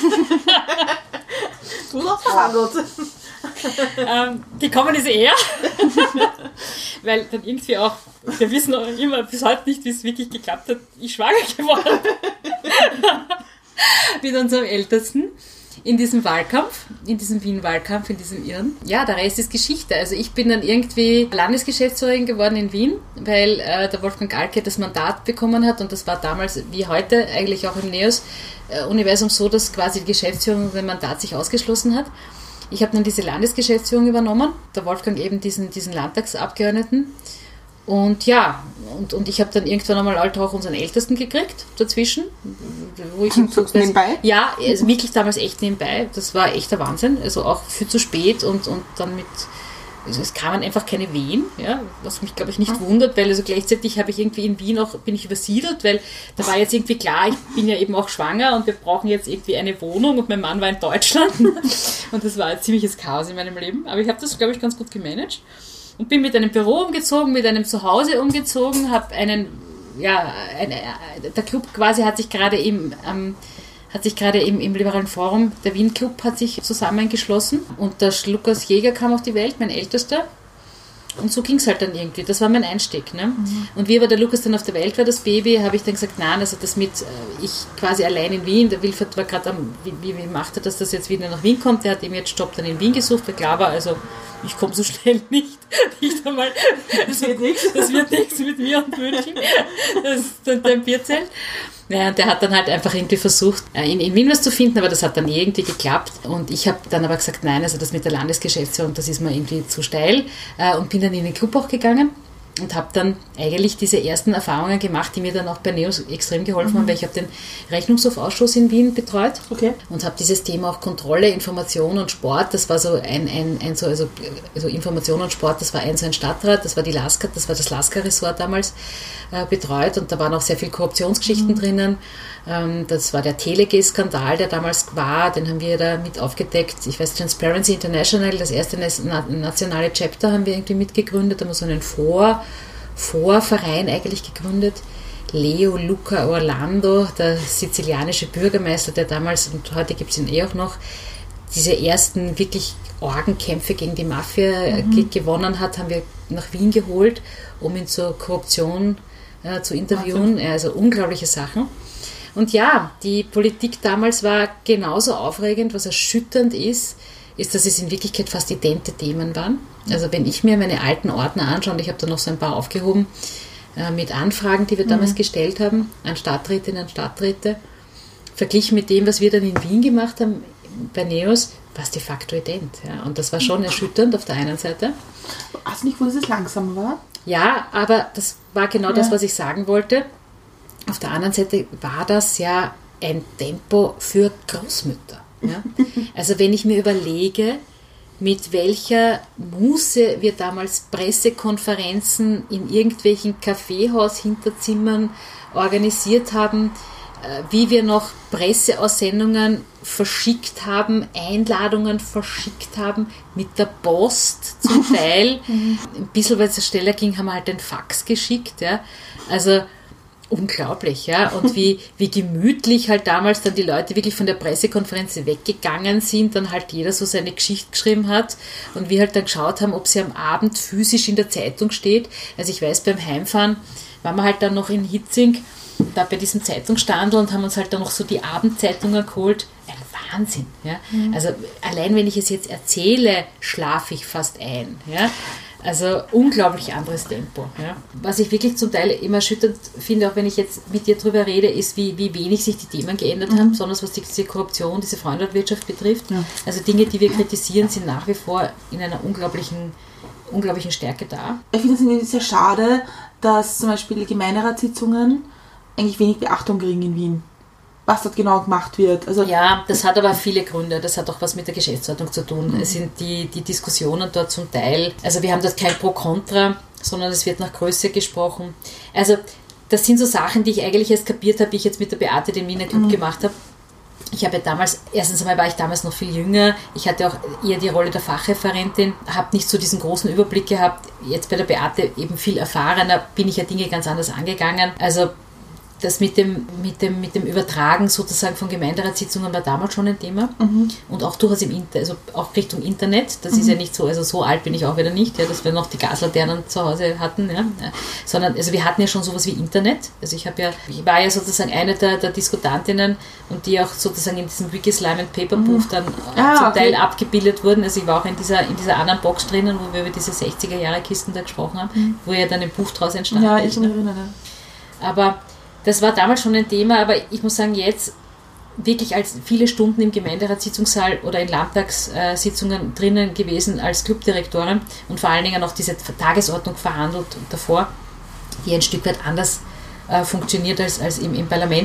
Du noch verhandelt. Gekommen ist er. Weil dann irgendwie auch, wir wissen auch immer bis heute nicht, wie es wirklich geklappt hat, ich schwanger geworden. Mit unserem Ältesten in diesem Wahlkampf, in diesem Wien-Wahlkampf, in diesem Irren. Ja, der Rest ist Geschichte. Also ich bin dann irgendwie Landesgeschäftsführerin geworden in Wien, weil der Wolfgang Galke das Mandat bekommen hat, und das war damals wie heute eigentlich auch im NEOS-Universum so, dass quasi die Geschäftsführung sein Mandat sich ausgeschlossen hat. Ich habe dann diese Landesgeschäftsführung übernommen, der Wolfgang eben diesen Landtagsabgeordneten. Und ja, und ich habe dann irgendwann einmal halt auch unseren Ältesten gekriegt dazwischen. Wo ich so nebenbei? Ja, also wirklich damals echt nebenbei. Das war echt der Wahnsinn. Also auch viel zu spät, und dann also es kamen einfach keine Wehen, ja, was mich, glaube ich, nicht wundert, weil also gleichzeitig habe ich irgendwie in Wien auch, bin ich übersiedelt, weil da war jetzt irgendwie klar, ich bin ja eben auch schwanger und wir brauchen jetzt irgendwie eine Wohnung, und mein Mann war in Deutschland und das war ein ziemliches Chaos in meinem Leben. Aber ich habe das, glaube ich, ganz gut gemanagt. Und bin mit einem Büro umgezogen, mit einem Zuhause umgezogen, habe der Club quasi hat sich gerade im Liberalen Forum, der Wien Club hat sich zusammengeschlossen, und der Lukas Jäger kam auf die Welt, mein Ältester. Und so ging es halt dann irgendwie. Das war mein Einstieg. Ne? Mhm. Und wie aber der Lukas dann auf der Welt war, das Baby, habe ich dann gesagt, nein, also das mit, ich quasi allein in Wien, der Wilfried war gerade wie macht er das jetzt wieder nach Wien kommt, der hat eben jetzt Job dann in Wien gesucht, weil klar war, also ich komme so schnell nicht einmal, das wird nichts mit mir und München, das ist dann dein Bierzelt. Naja, und der hat dann halt einfach irgendwie versucht, in Wien was zu finden, aber das hat dann irgendwie geklappt. Und ich habe dann aber gesagt, nein, also das mit der Landesgeschäftsführung, das ist mir irgendwie zu steil. Und bin dann in den Club auch gegangen. und habe dann eigentlich diese ersten Erfahrungen gemacht, die mir dann auch bei NEOS extrem geholfen haben, weil ich habe den Rechnungshofausschuss in Wien betreut und habe dieses Thema auch Kontrolle, Information und Sport, das war so also Information und Sport, das war ein Stadtrat, das war die LASKA, das war das LASKA-Ressort damals betreut und da waren auch sehr viele Korruptionsgeschichten drinnen. Das war der Telegate-Skandal, der damals war, den haben wir da mit aufgedeckt. Ich weiß, Transparency International, das erste nationale Chapter haben wir irgendwie mitgegründet, da haben wir so einen Vorverein eigentlich gegründet. Leo Luca Orlando, der sizilianische Bürgermeister, der damals, und heute gibt es ihn auch noch, diese ersten wirklich Orgenkämpfe gegen die Mafia gewonnen hat, haben wir nach Wien geholt, um ihn zur Korruption zu interviewen. Also unglaubliche Sachen. Und ja, die Politik damals war genauso aufregend, was erschütternd ist, dass es in Wirklichkeit fast idente Themen waren. Also wenn ich mir meine alten Ordner anschaue, und ich habe da noch so ein paar aufgehoben, mit Anfragen, die wir damals gestellt haben, an Stadträtinnen und Stadträte, verglichen mit dem, was wir dann in Wien gemacht haben, bei NEOS, war es de facto ident. Ja. Und das war schon erschütternd auf der einen Seite. Hast du nicht, wo es langsamer war? Ja, aber das war genau das, was ich sagen wollte. Auf der anderen Seite war das ja ein Tempo für Großmütter. Ja? Also wenn ich mir überlege, mit welcher Muße wir damals Pressekonferenzen in irgendwelchen Kaffeehaus-Hinterzimmern organisiert haben, wie wir noch Presseaussendungen verschickt haben, Einladungen verschickt haben, mit der Post zum Teil. Ein bisschen, weil es schneller ging, haben wir halt den Fax geschickt. Ja? Also unglaublich, ja. Und wie gemütlich halt damals dann die Leute wirklich von der Pressekonferenz weggegangen sind, dann halt jeder so seine Geschichte geschrieben hat und wir halt dann geschaut haben, ob sie am Abend physisch in der Zeitung steht. Also ich weiß, beim Heimfahren waren wir halt dann noch in Hitzing, da bei diesem Zeitungsstandel und haben uns halt dann noch so die Abendzeitungen geholt. Ein Wahnsinn, ja. Also allein wenn ich es jetzt erzähle, schlafe ich fast ein, ja. Also unglaublich anderes Tempo. Ja. Was ich wirklich zum Teil immer erschütternd finde, auch wenn ich jetzt mit dir drüber rede, ist, wie wenig sich die Themen geändert haben, besonders was diese Korruption, diese Freundwirtschaft betrifft. Ja. Also Dinge, die wir kritisieren, sind nach wie vor in einer unglaublichen Stärke da. Ich finde es sehr schade, dass zum Beispiel Gemeinderatssitzungen eigentlich wenig Beachtung kriegen in Wien. Was dort genau gemacht wird. Also ja, das hat aber viele Gründe. Das hat auch was mit der Geschäftsordnung zu tun. Es sind die Diskussionen dort zum Teil, also wir haben dort kein Pro-Kontra, sondern es wird nach Größe gesprochen. Also das sind so Sachen, die ich eigentlich erst kapiert habe, wie ich jetzt mit der Beate den Wiener Club gemacht habe. Ich habe ja damals, erstens einmal war ich damals noch viel jünger, ich hatte auch eher die Rolle der Fachreferentin, habe nicht so diesen großen Überblick gehabt. Jetzt bei der Beate eben viel erfahrener, bin ich ja Dinge ganz anders angegangen. Also das mit dem Übertragen sozusagen von Gemeinderatssitzungen war damals schon ein Thema und auch durchaus also auch Richtung Internet. Das ist ja nicht so, also so alt bin ich auch wieder nicht, ja, dass wir noch die Gaslaternen zu Hause hatten, ja, sondern also wir hatten ja schon sowas wie Internet. Also ich war ja sozusagen eine der Diskutantinnen und die auch sozusagen in diesem Wikislime and Paper Booth dann zum Teil abgebildet wurden. Also ich war auch in dieser anderen Box drinnen, wo wir über diese 60er-Jahre-Kisten da gesprochen haben, wo ja dann ein Buch draus entstanden ist. Ja, ich erinnere. Aber das war damals schon ein Thema, aber ich muss sagen, jetzt wirklich als viele Stunden im Gemeinderatssitzungssaal oder in Landtagssitzungen drinnen gewesen als Clubdirektorin und vor allen Dingen auch diese Tagesordnung verhandelt davor, die ein Stück weit anders funktioniert als im Parlament.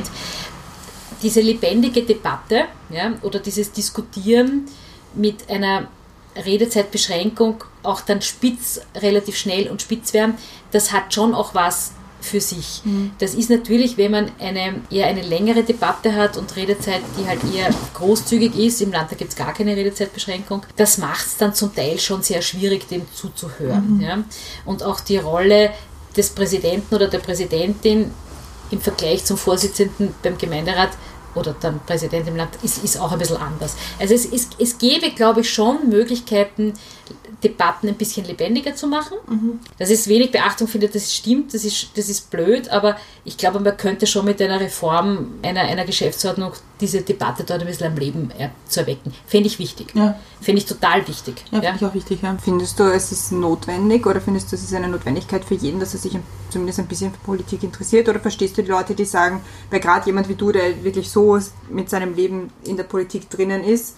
Diese lebendige Debatte, ja, oder dieses Diskutieren mit einer Redezeitbeschränkung, auch dann relativ schnell und spitz werden, das hat schon auch was für sich. Das ist natürlich, wenn man eher eine längere Debatte hat und Redezeit, die halt eher großzügig ist, im Landtag gibt es gar keine Redezeitbeschränkung, das macht es dann zum Teil schon sehr schwierig, dem zuzuhören. Ja? Und auch die Rolle des Präsidenten oder der Präsidentin im Vergleich zum Vorsitzenden beim Gemeinderat oder dann Präsident im Land ist auch ein bisschen anders. Also es gäbe, glaube ich, schon Möglichkeiten, Debatten ein bisschen lebendiger zu machen. Dass es wenig Beachtung findet, das stimmt, das ist blöd, aber ich glaube, man könnte schon mit einer Reform einer Geschäftsordnung diese Debatte dort ein bisschen am Leben zu erwecken. Fände ich wichtig. Ja. Fände ich total wichtig. Ja, finde ich auch wichtig. Ja. Findest du, es ist notwendig oder findest du, es ist eine Notwendigkeit für jeden, dass er sich zumindest ein bisschen für Politik interessiert, oder verstehst du die Leute, die sagen, weil gerade jemand wie du, der wirklich so mit seinem Leben in der Politik drinnen ist,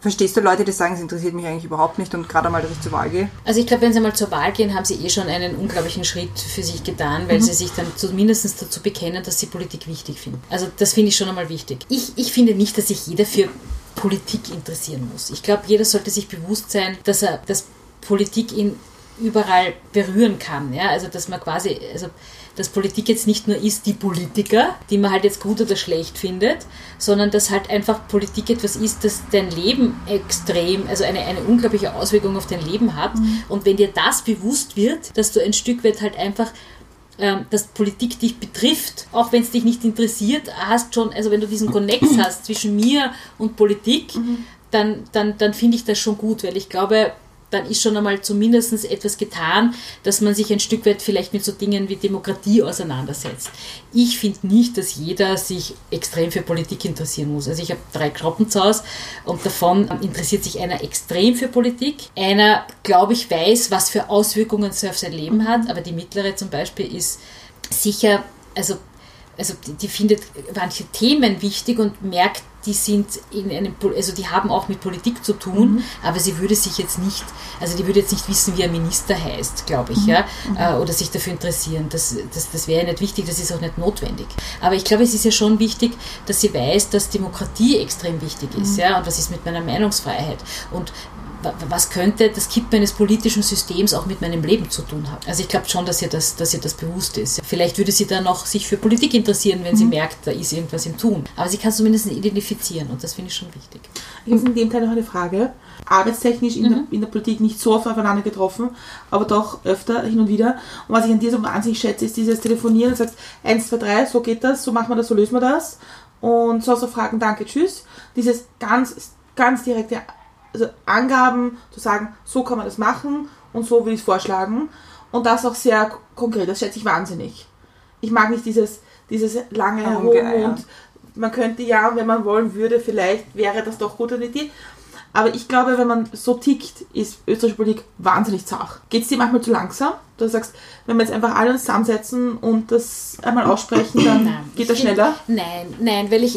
Verstehst du Leute, die sagen, es interessiert mich eigentlich überhaupt nicht und gerade einmal, dass ich zur Wahl gehe? Also ich glaube, wenn sie mal zur Wahl gehen, haben sie schon einen unglaublichen Schritt für sich getan, weil sie sich dann zumindest dazu bekennen, dass sie Politik wichtig finden. Also das finde ich schon einmal wichtig. Ich finde nicht, dass sich jeder für Politik interessieren muss. Ich glaube, jeder sollte sich bewusst sein, dass Politik ihn überall berühren kann. Ja? Also dass man quasi... dass Politik jetzt nicht nur ist die Politiker, die man halt jetzt gut oder schlecht findet, sondern dass halt einfach Politik etwas ist, das dein Leben extrem, also eine unglaubliche Auswirkung auf dein Leben hat. Und wenn dir das bewusst wird, dass du ein Stück weit halt einfach, dass Politik dich betrifft, auch wenn es dich nicht interessiert, hast schon, also wenn du diesen Konnex hast zwischen mir und Politik, dann finde ich das schon gut, weil ich glaube, dann ist schon einmal zumindest etwas getan, dass man sich ein Stück weit vielleicht mit so Dingen wie Demokratie auseinandersetzt. Ich finde nicht, dass jeder sich extrem für Politik interessieren muss. Also ich habe 3 Kroppen zu Hause und davon interessiert sich einer extrem für Politik. Einer, glaube ich, weiß, was für Auswirkungen es auf sein Leben hat, aber die mittlere zum Beispiel ist sicher, also die findet manche Themen wichtig und merkt, die sind die haben auch mit Politik zu tun, aber sie würde sich jetzt nicht, also die würde jetzt nicht wissen, wie ein Minister heißt, glaube ich, ja, oder sich dafür interessieren. Das wäre nicht wichtig, das ist auch nicht notwendig. Aber ich glaube, es ist ja schon wichtig, dass sie weiß, dass Demokratie extrem wichtig ist, ja, und was ist mit meiner Meinungsfreiheit und was könnte das Kippen eines politischen Systems auch mit meinem Leben zu tun haben. Also ich glaube schon, dass ihr das bewusst ist. Vielleicht würde sie dann noch sich für Politik interessieren, wenn sie merkt, da ist irgendwas im Tun. Aber sie kann es zumindest identifizieren und das finde ich schon wichtig. Ich habe in dem Teil noch eine Frage. Arbeitstechnisch in der Politik nicht so oft aufeinander getroffen, aber doch öfter, hin und wieder. Und was ich an dir so wahnsinnig schätze, ist dieses Telefonieren und sagst, 1, 2, 3, so geht das, so machen wir das, so lösen wir das. Und so Fragen, danke, tschüss. Dieses ganz direkte Angaben, zu sagen, so kann man das machen und so will ich es vorschlagen. Und das auch sehr konkret, das schätze ich wahnsinnig. Ich mag nicht dieses lange Herum und man könnte ja, wenn man wollen würde, vielleicht wäre das doch gut eine Idee. Aber ich glaube, wenn man so tickt, ist österreichische Politik wahnsinnig zart. Geht es dir manchmal zu langsam? Du sagst, wenn wir jetzt einfach alle uns zusammensetzen und das einmal aussprechen, dann geht das schneller? Nein, weil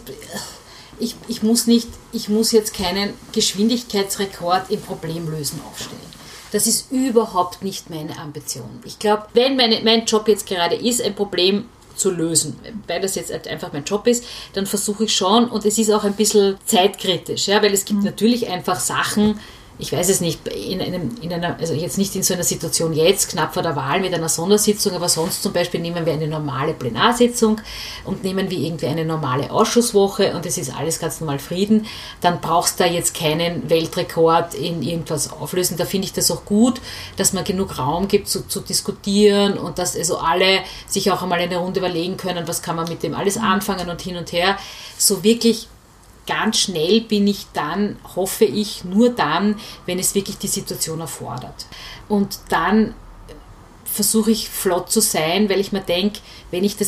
ich muss jetzt keinen Geschwindigkeitsrekord im Problemlösen aufstellen. Das ist überhaupt nicht meine Ambition. Ich glaube, wenn mein Job jetzt gerade ist, ein Problem zu lösen, weil das jetzt einfach mein Job ist, dann versuche ich schon, und es ist auch ein bisschen zeitkritisch, ja, weil es gibt natürlich einfach Sachen, ich weiß es nicht, also jetzt nicht in so einer Situation jetzt, knapp vor der Wahl mit einer Sondersitzung, aber sonst zum Beispiel nehmen wir eine normale Plenarsitzung und nehmen wir irgendwie eine normale Ausschusswoche und es ist alles ganz normal Frieden, dann brauchst du da jetzt keinen Weltrekord in irgendwas auflösen. Da finde ich das auch gut, dass man genug Raum gibt zu diskutieren und dass also alle sich auch einmal eine Runde überlegen können, was kann man mit dem alles anfangen und hin und her. So wirklich ganz schnell bin ich dann, hoffe ich, nur dann, wenn es wirklich die Situation erfordert. Und dann versuche ich flott zu sein, weil ich mir denke, wenn ich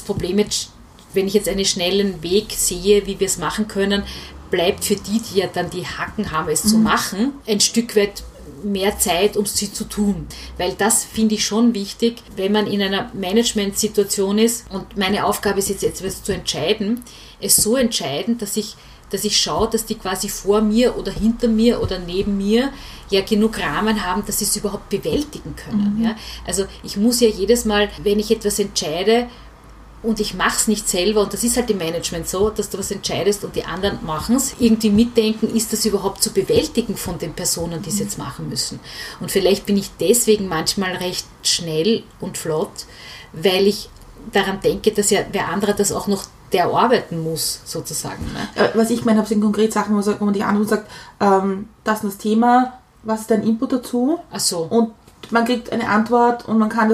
jetzt einen schnellen Weg sehe, wie wir es machen können, bleibt für die ja dann die Hacken haben, es zu machen, ein Stück weit mehr Zeit, um sie zu tun. Weil das finde ich schon wichtig, wenn man in einer Managementsituation ist und meine Aufgabe ist jetzt etwas zu entscheiden, es so entscheiden, dass ich schaue, dass die quasi vor mir oder hinter mir oder neben mir ja genug Rahmen haben, dass sie es überhaupt bewältigen können. Ja? Also ich muss ja jedes Mal, wenn ich etwas entscheide und ich mache es nicht selber, und das ist halt im Management so, dass du was entscheidest und die anderen machen es, irgendwie mitdenken, ist das überhaupt zu bewältigen von den Personen, die es jetzt machen müssen. Und vielleicht bin ich deswegen manchmal recht schnell und flott, weil ich daran denke, dass ja wer andere das auch noch der arbeiten muss, sozusagen. Ne? Was ich meine, sind konkret Sachen, wo man die andere sagt, das ist das Thema, was ist dein Input dazu? Ach so. Und man kriegt eine Antwort und man kann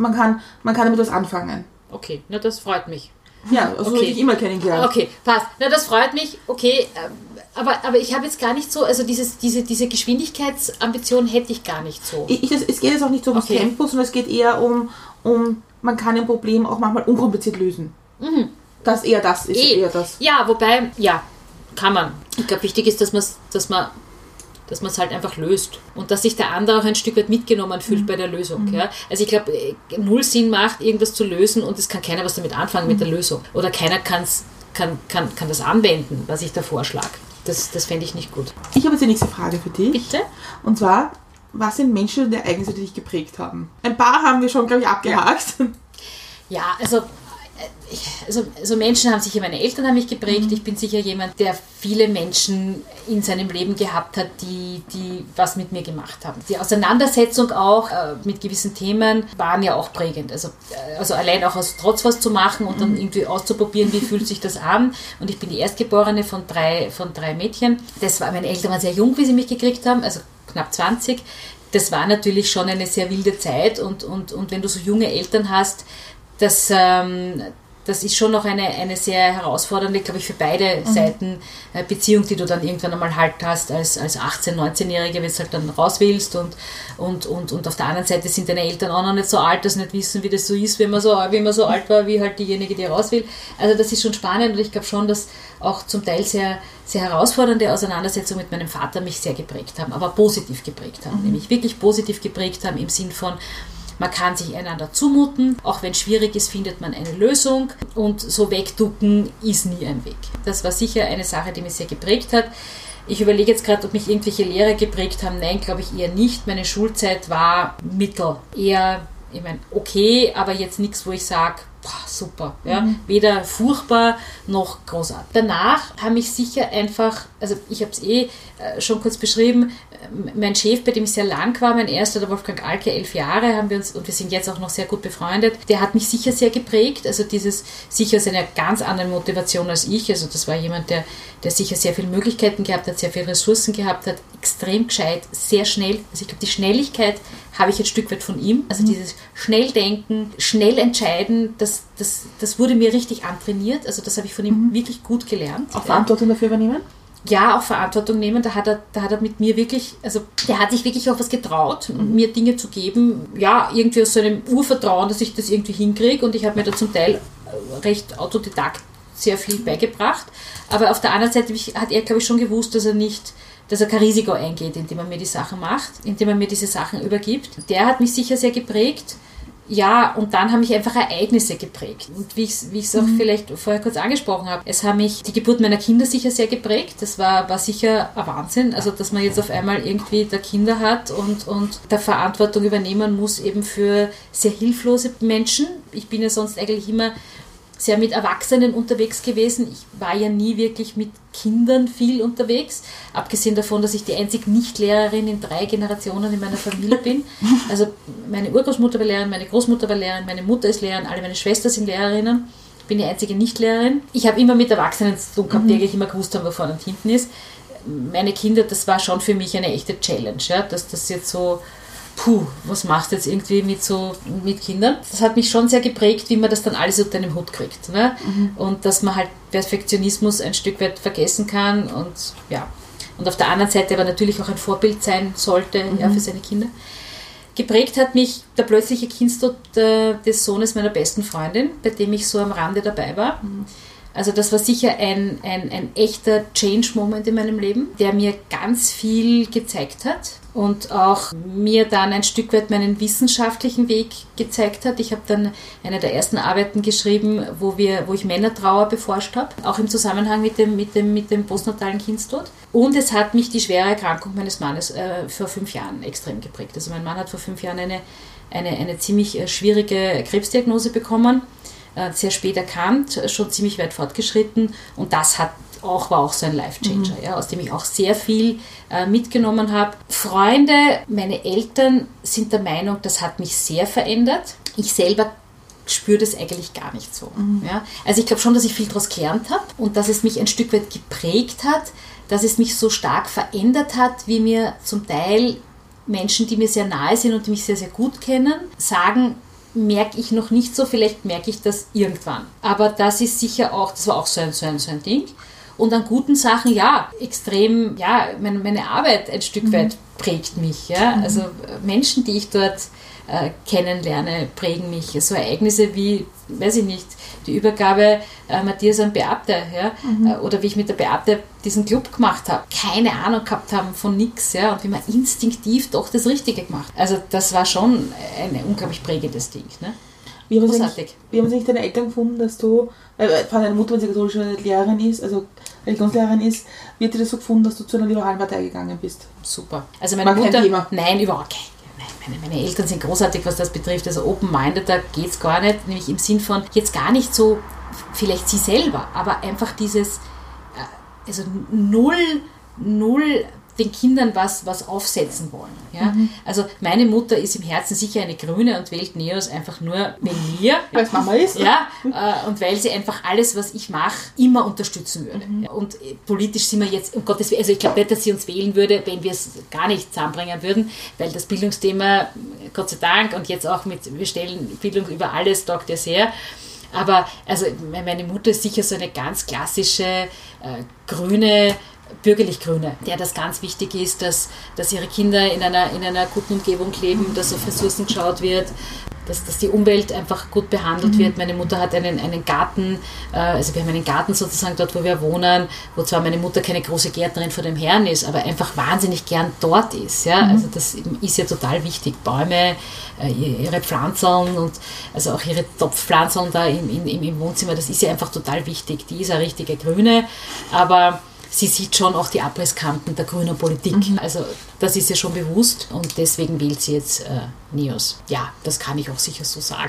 damit was anfangen. Okay, na das freut mich. Ja, also okay. Ich immer kennengelernt. Okay, passt. Na das freut mich, okay, aber ich habe jetzt gar nicht so, also diese Geschwindigkeitsambition hätte ich gar nicht so. Es geht jetzt auch nicht so ums Tempo, sondern es geht eher um man kann ein Problem auch manchmal unkompliziert lösen. Das ist eher das. Ja, wobei, ja, kann man. Ich glaube, wichtig ist, dass man es halt einfach löst und dass sich der andere auch ein Stück weit mitgenommen fühlt bei der Lösung. Ja? Also ich glaube, null Sinn macht, irgendwas zu lösen und es kann keiner was damit anfangen mit der Lösung. Oder keiner kann das anwenden, was ich da vorschlage. das fände ich nicht gut. Ich habe jetzt die nächste Frage für dich. Bitte? Und zwar, was sind Menschen und Ereignisse, die dich geprägt haben? Ein paar haben wir schon, glaube ich, abgehakt. Ja, also Menschen haben sicher, meine Eltern haben mich geprägt. Ich bin sicher jemand, der viele Menschen in seinem Leben gehabt hat, die was mit mir gemacht haben. Die Auseinandersetzung auch mit gewissen Themen waren ja auch prägend. Also allein auch aus Trotz was zu machen und dann irgendwie auszuprobieren, wie fühlt sich das an. Und ich bin die Erstgeborene von drei Mädchen. Meine Eltern waren sehr jung, wie sie mich gekriegt haben, also knapp 20. Das war natürlich schon eine sehr wilde Zeit und wenn du so junge Eltern hast, das ist schon noch eine sehr herausfordernde, glaube ich, für beide Seiten Beziehung, die du dann irgendwann einmal halt hast als 18-, 19-Jährige, wenn du halt dann raus willst und auf der anderen Seite sind deine Eltern auch noch nicht so alt, dass sie nicht wissen, wie das so ist, wenn man so alt war, wie halt diejenige, die raus will. Also das ist schon spannend und ich glaube schon, dass auch zum Teil sehr, sehr herausfordernde Auseinandersetzungen mit meinem Vater mich sehr geprägt haben, aber positiv geprägt haben, nämlich wirklich positiv geprägt haben im Sinn von, man kann sich einander zumuten, auch wenn es schwierig ist, findet man eine Lösung und so wegducken ist nie ein Weg. Das war sicher eine Sache, die mich sehr geprägt hat. Ich überlege jetzt gerade, ob mich irgendwelche Lehrer geprägt haben. Nein, glaube ich eher nicht. Meine Schulzeit war mittel. Eher, ich meine, okay, aber jetzt nichts, wo ich sage, super. Ja? Weder furchtbar noch großartig. Danach haben mich sicher einfach, also ich habe es schon kurz beschrieben, mein Chef, bei dem ich sehr lang war, mein erster, der Wolfgang Alke, 11 Jahre, haben wir uns, und wir sind jetzt auch noch sehr gut befreundet, der hat mich sicher sehr geprägt, also sicher aus einer ganz anderen Motivation als ich, also das war jemand, der sicher sehr viele Möglichkeiten gehabt hat, sehr viele Ressourcen gehabt hat, extrem gescheit, sehr schnell, also ich glaube, die Schnelligkeit habe ich ein Stück weit von ihm, also dieses Schnelldenken, schnell entscheiden, das wurde mir richtig antrainiert, also das habe ich von ihm wirklich gut gelernt. Auch Verantwortung dafür übernehmen? Ja, auch Verantwortung nehmen, da hat er mit mir wirklich, also der hat sich wirklich auch was getraut, mir Dinge zu geben, ja, irgendwie aus so einem Urvertrauen, dass ich das irgendwie hinkriege und ich habe mir da zum Teil recht autodidakt sehr viel beigebracht, aber auf der anderen Seite hat er, glaube ich, schon gewusst, dass er kein Risiko eingeht, indem er mir die Sachen macht, indem er mir diese Sachen übergibt. Der hat mich sicher sehr geprägt. Ja, und dann haben mich einfach Ereignisse geprägt. Und wie ich es auch vielleicht vorher kurz angesprochen habe, es haben mich die Geburt meiner Kinder sicher sehr geprägt. Das war sicher ein Wahnsinn. Also, dass man jetzt auf einmal irgendwie da Kinder hat und da Verantwortung übernehmen muss eben für sehr hilflose Menschen. Ich bin ja sonst eigentlich immer sehr mit Erwachsenen unterwegs gewesen. Ich war ja nie wirklich mit Kindern viel unterwegs, abgesehen davon, dass ich die einzig Nicht-Lehrerin in 3 Generationen in meiner Familie bin. Also meine Urgroßmutter war Lehrerin, meine Großmutter war Lehrerin, meine Mutter ist Lehrerin, alle meine Schwestern sind Lehrerinnen. Ich bin die einzige Nicht-Lehrerin. Ich habe immer mit Erwachsenen zu tun gehabt, die eigentlich immer gewusst haben, wo vorne und hinten ist. Meine Kinder, das war schon für mich eine echte Challenge, ja, dass das jetzt so was machst du jetzt irgendwie mit Kindern? Das hat mich schon sehr geprägt, wie man das dann alles unter einem Hut kriegt. Ne? Und dass man halt Perfektionismus ein Stück weit vergessen kann und ja. Und auf der anderen Seite aber natürlich auch ein Vorbild sein sollte ja, für seine Kinder. Geprägt hat mich der plötzliche Kindstod des Sohnes meiner besten Freundin, bei dem ich so am Rande dabei war. Also das war sicher ein echter Change-Moment in meinem Leben, der mir ganz viel gezeigt hat und auch mir dann ein Stück weit meinen wissenschaftlichen Weg gezeigt hat. Ich habe dann eine der ersten Arbeiten geschrieben, wo ich Männertrauer beforscht habe, auch im Zusammenhang mit dem postnatalen Kindstod. Und es hat mich die schwere Erkrankung meines Mannes vor 5 Jahren extrem geprägt. Also mein Mann hat vor 5 Jahren eine ziemlich schwierige Krebsdiagnose bekommen, sehr spät erkannt, schon ziemlich weit fortgeschritten und das war auch so ein Life-Changer, ja, aus dem ich auch sehr viel mitgenommen habe. Freunde, meine Eltern sind der Meinung, das hat mich sehr verändert. Ich selber spüre das eigentlich gar nicht so. Ja. Also ich glaube schon, dass ich viel daraus gelernt habe und dass es mich ein Stück weit geprägt hat, dass es mich so stark verändert hat, wie mir zum Teil Menschen, die mir sehr nahe sind und die mich sehr, sehr gut kennen, sagen, merke ich noch nicht so, vielleicht merke ich das irgendwann. Aber das ist sicher auch, das war auch so ein Ding. Und an guten Sachen, ja, extrem, ja, meine Arbeit ein Stück weit prägt mich. Ja? Also Menschen, die ich dort kennenlerne, prägen mich. So Ereignisse wie, weiß ich nicht, die Übergabe Matthias an Beate, ja? Oder wie ich mit der Beate diesen Club gemacht habe. Keine Ahnung gehabt haben von nichts, ja? Und wie man instinktiv doch das Richtige gemacht. Also das war schon ein unglaublich prägendes Ding. Ne? Wie haben Großartig. sich deine Eltern gefunden, dass du, von deiner Mutter, wenn sie katholische Lehrerin ist, also Religionslehrerin ist, wird dir das so gefunden, dass du zu einer liberalen Partei gegangen bist? Super. Also meine Mutter, nein, überhaupt kein. Meine Eltern sind großartig, was das betrifft. Also open-minded, da geht es gar nicht, nämlich im Sinn von, jetzt gar nicht so, vielleicht sie selber, aber einfach dieses, also null den Kindern was aufsetzen wollen. Ja? Also meine Mutter ist im Herzen sicher eine Grüne und wählt Neos einfach nur wegen mir. Weil es Mama ist. Ja, und weil sie einfach alles, was ich mache, immer unterstützen würde. Ja, und politisch sind wir jetzt, um Gottes Willen, also ich glaube nicht, dass sie uns wählen würde, wenn wir es gar nicht zusammenbringen würden, weil das Bildungsthema, Gott sei Dank, und jetzt auch wir stellen Bildung über alles, taugt ja sehr. Aber also meine Mutter ist sicher so eine ganz klassische grüne, bürgerlich-grüne, der das ganz wichtig ist, dass ihre Kinder in einer guten Umgebung leben, dass auf Ressourcen geschaut wird, dass die Umwelt einfach gut behandelt wird. Meine Mutter hat einen Garten, also wir haben einen Garten sozusagen dort, wo wir wohnen, wo zwar meine Mutter keine große Gärtnerin von dem Herrn ist, aber einfach wahnsinnig gern dort ist. Ja? Also das ist ja total wichtig. Bäume, ihre Pflanzeln und also auch ihre Topfpflanzeln da im Wohnzimmer, das ist ja einfach total wichtig. Die ist eine richtige Grüne, aber sie sieht schon auch die Abrisskanten der grünen Politik. Also das ist ihr schon bewusst und deswegen wählt sie jetzt Neos. Ja, das kann ich auch sicher so sagen.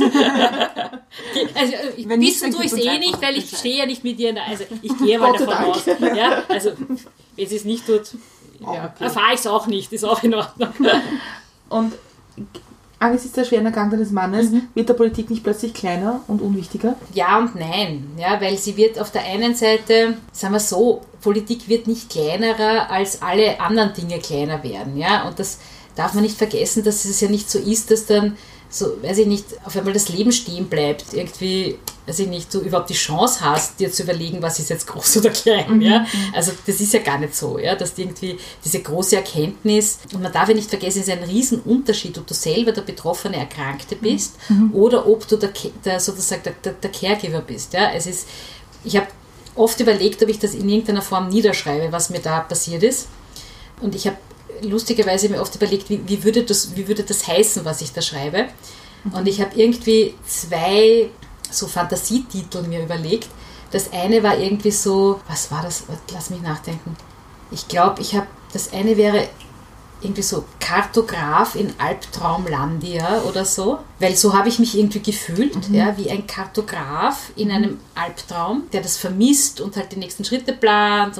Also, wissen tue ich es eh nicht, weil ich stehe ja nicht mit ihr. Also ich gehe mal davon aus. Ja, also wenn sie es nicht tut, erfahre ich es auch nicht. Ist auch in Ordnung. Und angesichts der schweren Erkrankung des Mannes wird der Politik nicht plötzlich kleiner und unwichtiger? Ja und nein, ja, weil sie wird auf der einen Seite, sagen wir so, Politik wird nicht kleinerer, als alle anderen Dinge kleiner werden. Ja? Und das darf man nicht vergessen, dass es ja nicht so ist, dass dann so, weiß ich nicht, auf einmal das Leben stehen bleibt, irgendwie, weiß ich nicht, du überhaupt die Chance hast, dir zu überlegen, was ist jetzt groß oder klein, ja, also das ist ja gar nicht so, ja, dass irgendwie diese große Erkenntnis, und man darf ja nicht vergessen, es ist ein Riesenunterschied, ob du selber der betroffene Erkrankte bist oder ob du der Caregiver bist, ja, ich habe oft überlegt, ob ich das in irgendeiner Form niederschreibe, was mir da passiert ist, und ich habe lustigerweise mir oft überlegt, wie würde das heißen, was ich da schreibe. Und ich habe irgendwie 2 so Fantasietitel mir überlegt. Das eine war irgendwie so, was war das? Lass mich nachdenken. Ich glaube, das eine wäre irgendwie so Kartograf in Albtraumlandia oder so. Weil so habe ich mich irgendwie gefühlt, ja, wie ein Kartograf in einem Albtraum, der das vermisst und halt die nächsten Schritte plant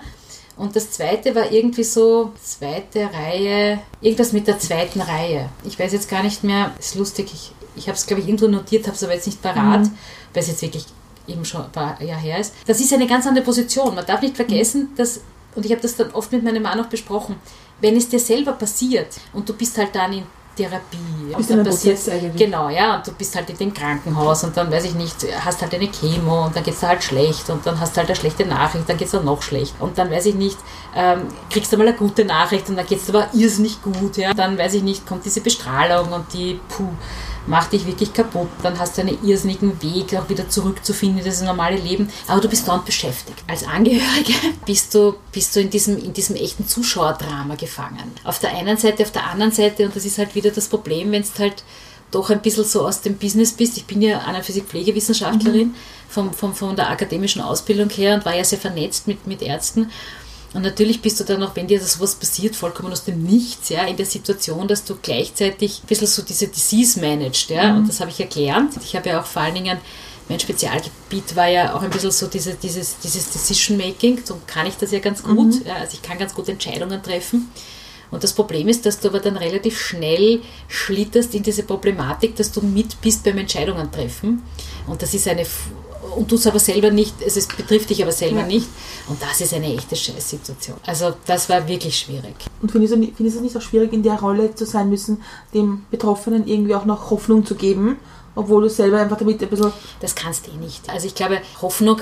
und das zweite war irgendwie so, 2. Reihe, irgendwas mit der 2. Reihe. Ich weiß jetzt gar nicht mehr, ist lustig, ich habe es, glaube ich, irgendwo notiert, habe es aber jetzt nicht parat, weil es jetzt wirklich eben schon ein paar Jahre her ist. Das ist eine ganz andere Position. Man darf nicht vergessen, dass, und ich habe das dann oft mit meinem Mann auch besprochen, wenn es dir selber passiert und du bist halt dann in Therapie. Bist du in einem Prozess eigentlich? Genau, ja, und du bist halt in dem Krankenhaus und dann, weiß ich nicht, hast halt eine Chemo und dann geht es dir halt schlecht und dann hast du halt eine schlechte Nachricht, dann geht es dir noch schlecht und dann, weiß ich nicht, kriegst du mal eine gute Nachricht und dann geht es dir aber irrsinnig gut, ja. Dann, weiß ich nicht, kommt diese Bestrahlung und die, macht dich wirklich kaputt, dann hast du einen irrsinnigen Weg, auch wieder zurückzufinden in das normale Leben, aber du bist dauernd beschäftigt. Als Angehörige bist du in diesem echten Zuschauerdrama gefangen. Auf der einen Seite, auf der anderen Seite, und das ist halt wieder das Problem, wenn es halt doch ein bisschen so aus dem Business bist. Ich bin ja an und für sich Pflegewissenschaftlerin von der akademischen Ausbildung her und war ja sehr vernetzt mit Ärzten. Und natürlich bist du dann auch, wenn dir sowas passiert, vollkommen aus dem Nichts, ja, in der Situation, dass du gleichzeitig ein bisschen so diese Disease managed, ja, und das habe ich ja gelernt. Ich habe ja auch vor allen Dingen, mein Spezialgebiet war ja auch ein bisschen so dieses Decision-Making, so kann ich das ja ganz gut, ja, also ich kann ganz gut Entscheidungen treffen. Und das Problem ist, dass du aber dann relativ schnell schlitterst in diese Problematik, dass du mit bist beim Entscheidungen treffen. Und das ist und du es aber selber nicht, also es betrifft dich aber selber nicht. Und das ist eine echte Scheißsituation. Also das war wirklich schwierig. Und findest du es nicht auch schwierig, in der Rolle zu sein müssen, dem Betroffenen irgendwie auch noch Hoffnung zu geben, obwohl du selber einfach damit ein bisschen... Das kannst du nicht. Also ich glaube, Hoffnung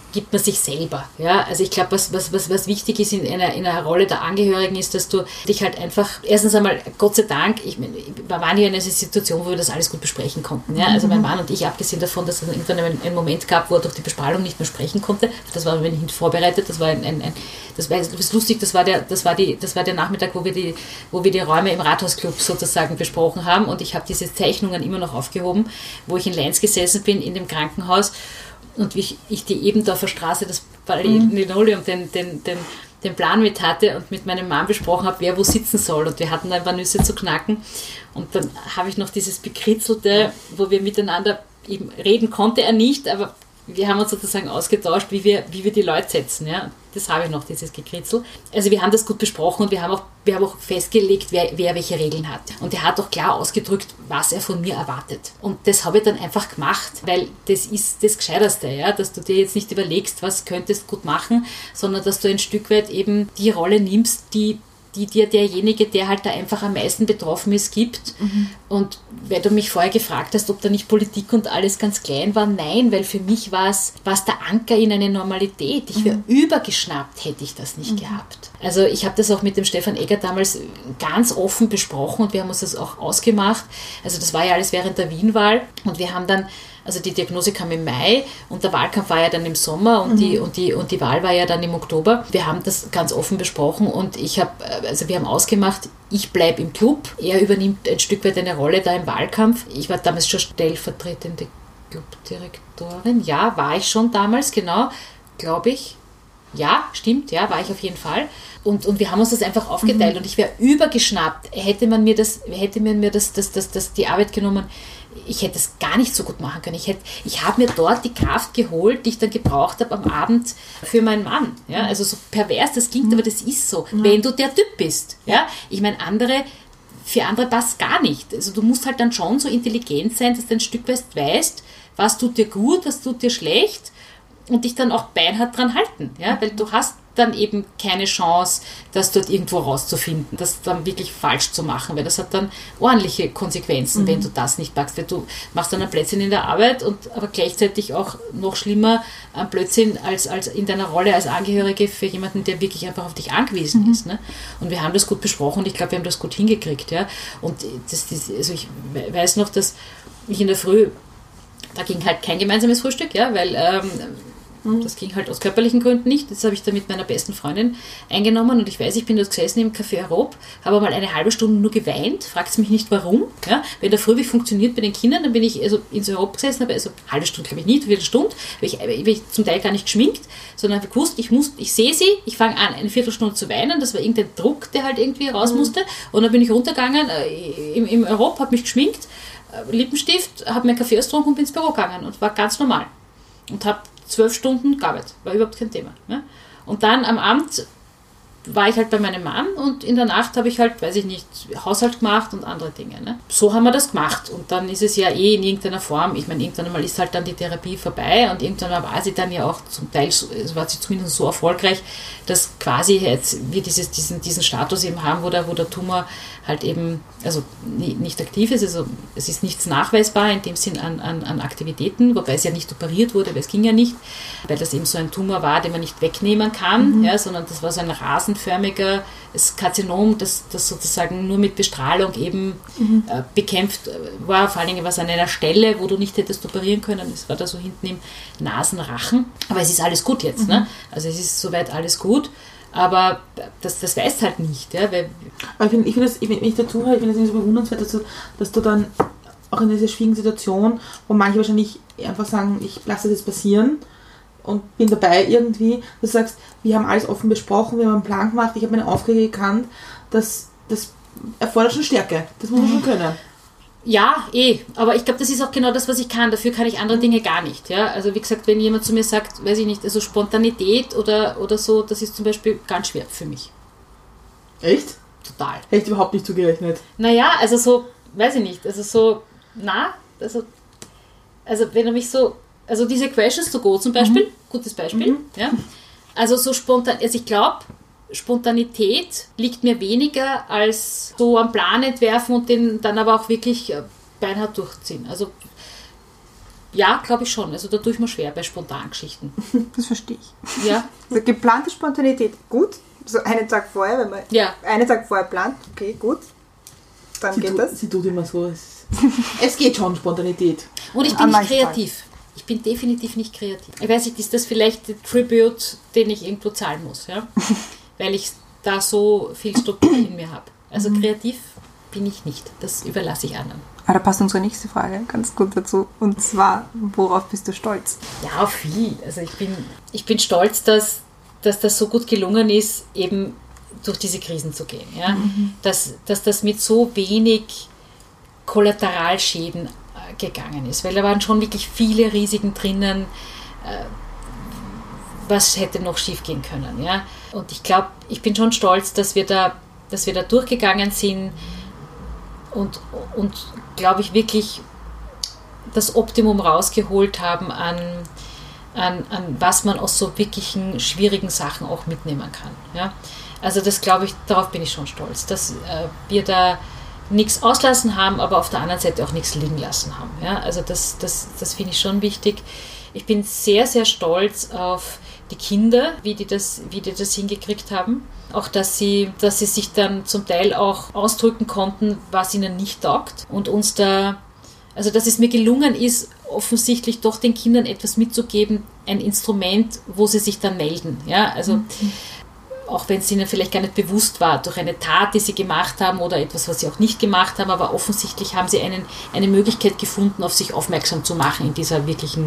gibt man sich selber. Ja? Also ich glaube, was wichtig ist in einer Rolle der Angehörigen ist, dass du dich halt einfach, erstens einmal, Gott sei Dank, wir waren hier in einer Situation, wo wir das alles gut besprechen konnten. Ja? Also mein Mann und ich, abgesehen davon, dass es irgendwann einen Moment gab, wo er durch die Bestrahlung nicht mehr sprechen konnte, das war nicht vorbereitet, das ist lustig, das war der Nachmittag, wo wir die Räume im Rathausclub sozusagen besprochen haben, und ich habe diese Zeichnungen immer noch aufgehoben, wo ich in Lenz gesessen bin, in dem Krankenhaus, und wie ich die Ebendorfer Straße, das Linoleum, den Plan mit hatte und mit meinem Mann besprochen habe, wer wo sitzen soll. Und wir hatten ein paar Nüsse zu knacken. Und dann habe ich noch dieses Bekritzelte, wo wir miteinander eben reden, konnte er nicht, aber wir haben uns sozusagen ausgetauscht, wie wir die Leute setzen. Ja? Das habe ich noch, dieses Gekritzel. Also wir haben das gut besprochen, und wir haben auch festgelegt, wer welche Regeln hat. Und er hat auch klar ausgedrückt, was er von mir erwartet. Und das habe ich dann einfach gemacht, weil das ist das Gescheiterste, ja? Dass du dir jetzt nicht überlegst, was könntest du gut machen, sondern dass du ein Stück weit eben die Rolle nimmst, die dir derjenige, der halt da einfach am meisten betroffen ist, gibt. Und weil du mich vorher gefragt hast, ob da nicht Politik und alles ganz klein war, nein, weil für mich war es der Anker in eine Normalität. Ich wäre übergeschnappt, hätte ich das nicht gehabt. Also ich habe das auch mit dem Stefan Egger damals ganz offen besprochen, und wir haben uns das auch ausgemacht. Also das war ja alles während der Wienwahl, und wir haben dann, also die Diagnose kam im Mai und der Wahlkampf war ja dann im Sommer, und die Wahl war ja dann im Oktober. Wir haben das ganz offen besprochen, und wir haben ausgemacht, ich bleibe im Club, er übernimmt ein Stück weit eine Rolle da im Wahlkampf. Ich war damals schon stellvertretende Clubdirektorin, ja, war ich schon damals, genau, glaube ich. Ja, stimmt, ja, war ich auf jeden Fall. Und wir haben uns das einfach aufgeteilt, und ich wäre übergeschnappt, hätte man mir die Arbeit genommen, ich hätte es gar nicht so gut machen können. Ich habe mir dort die Kraft geholt, die ich dann gebraucht habe am Abend für meinen Mann. Ja? Also so pervers das klingt, aber das ist so. Ja. Wenn du der Typ bist. Ja? Ich meine, für andere passt gar nicht. Also du musst halt dann schon so intelligent sein, dass du ein Stück weit weißt, was tut dir gut, was tut dir schlecht, und dich dann auch beinhart dran halten. Ja? Weil du hast dann eben keine Chance, das dort irgendwo rauszufinden, das dann wirklich falsch zu machen, weil das hat dann ordentliche Konsequenzen, wenn du das nicht packst, weil du machst dann ein Blödsinn in der Arbeit, aber gleichzeitig auch noch schlimmer ein Blödsinn als in deiner Rolle als Angehörige für jemanden, der wirklich einfach auf dich angewiesen ist. Ne? Und wir haben das gut besprochen, und ich glaube, wir haben das gut hingekriegt. Ja? Und also ich weiß noch, dass ich in der Früh, da ging halt kein gemeinsames Frühstück, ja, weil das ging halt aus körperlichen Gründen nicht. Das habe ich dann mit meiner besten Freundin eingenommen, und ich weiß, ich bin dort gesessen im Café Europ, habe mal eine halbe Stunde nur geweint, fragt mich nicht warum. Ja? Weil in der Früh, wie funktioniert bei den Kindern, dann bin ich also ins Europ gesessen, habe also eine halbe Stunde, glaube ich nicht, eine Stunde, weil ich zum Teil gar nicht geschminkt, sondern habe gewusst, ich sehe sie, ich fange an, eine Viertelstunde zu weinen, das war irgendein Druck, der halt irgendwie raus musste, und dann bin ich runtergegangen im Europ, habe mich geschminkt, Lippenstift, habe mir Kaffee ausgetrunken und bin ins Büro gegangen, und war ganz normal. Und habe 12 Stunden gearbeitet, war überhaupt kein Thema. Ne? Und dann am Abend war ich halt bei meinem Mann, und in der Nacht habe ich halt, weiß ich nicht, Haushalt gemacht und andere Dinge. Ne? So haben wir das gemacht, und dann ist es ja in irgendeiner Form, ich meine, irgendwann einmal ist halt dann die Therapie vorbei, und irgendwann mal war sie dann ja auch zum Teil, war sie zumindest so erfolgreich, dass quasi jetzt wir diesen Status eben haben, wo der Tumor halt eben, also nicht aktiv ist, also es ist nichts nachweisbar in dem Sinn an Aktivitäten, wobei es ja nicht operiert wurde, weil es ging ja nicht, weil das eben so ein Tumor war, den man nicht wegnehmen kann, ja, sondern das war so ein rasenförmiger Karzinom, das sozusagen nur mit Bestrahlung eben bekämpft war, vor allen Dingen was an einer Stelle, wo du nicht hättest operieren können, das war da so hinten im Nasenrachen, aber es ist alles gut jetzt, ne? Also es ist soweit alles gut. Aber das weißt halt nicht. Ja, weil aber ich finde das, wenn ich dazu höre, ich finde das so bewundernswert, dass du dann auch in dieser schwierigen Situation, wo manche wahrscheinlich einfach sagen, ich lasse das jetzt passieren und bin dabei irgendwie, du sagst, wir haben alles offen besprochen, wir haben einen Plan gemacht, ich habe meine Aufgabe gekannt, das erfordert schon Stärke, das muss man schon können. Ja, aber ich glaube, das ist auch genau das, was ich kann. Dafür kann ich andere Dinge gar nicht. Ja? Also wie gesagt, wenn jemand zu mir sagt, weiß ich nicht, also Spontanität oder so, das ist zum Beispiel ganz schwer für mich. Echt? Total. Hätte ich überhaupt nicht zugerechnet. Naja, also so, weiß ich nicht, also wenn du mich so, also diese Questions to go zum Beispiel, gutes Beispiel, ja, also so spontan, also ich glaube, Spontanität liegt mir weniger als so einen Plan entwerfen und den dann aber auch wirklich beinhart durchziehen. Also Ja, glaube ich schon. Also da tue ich mir schwer bei Spontangeschichten. Das verstehe ich. Ja. Also geplante Spontanität, gut. So einen Tag vorher, wenn man einen Tag vorher plant, okay, gut. Dann geht das. Sie tut immer so. Es geht schon, Spontanität. Und ich bin nicht kreativ. Ich bin definitiv nicht kreativ. Ich weiß nicht, ist das vielleicht der Tribute, den ich irgendwo zahlen muss, ja? Weil ich da so viel Struktur in mir habe. Also kreativ bin ich nicht. Das überlasse ich anderen. Aber da passt unsere nächste Frage ganz gut dazu. Und zwar, worauf bist du stolz? Ja, auf viel. Also ich bin stolz, dass das so gut gelungen ist, eben durch diese Krisen zu gehen. Ja? Dass das mit so wenig Kollateralschäden gegangen ist. Weil da waren schon wirklich viele Risiken drinnen, was hätte noch schief gehen können. Ja? Und ich glaube, ich bin schon stolz, dass wir da durchgegangen sind und glaube ich, wirklich das Optimum rausgeholt haben an was man aus so wirklichen schwierigen Sachen auch mitnehmen kann. Ja? Also das glaube ich, darauf bin ich schon stolz, dass wir da nichts auslassen haben, aber auf der anderen Seite auch nichts liegen lassen haben. Ja? Also das finde ich schon wichtig. Ich bin sehr, sehr stolz auf die Kinder, wie die das hingekriegt haben. Auch, dass sie sich dann zum Teil auch ausdrücken konnten, was ihnen nicht taugt. Und uns da, also dass es mir gelungen ist, offensichtlich doch den Kindern etwas mitzugeben, ein Instrument, wo sie sich dann melden. Ja? Also auch wenn es ihnen vielleicht gar nicht bewusst war, durch eine Tat, die sie gemacht haben oder etwas, was sie auch nicht gemacht haben, aber offensichtlich haben sie eine Möglichkeit gefunden, auf sich aufmerksam zu machen in dieser wirklich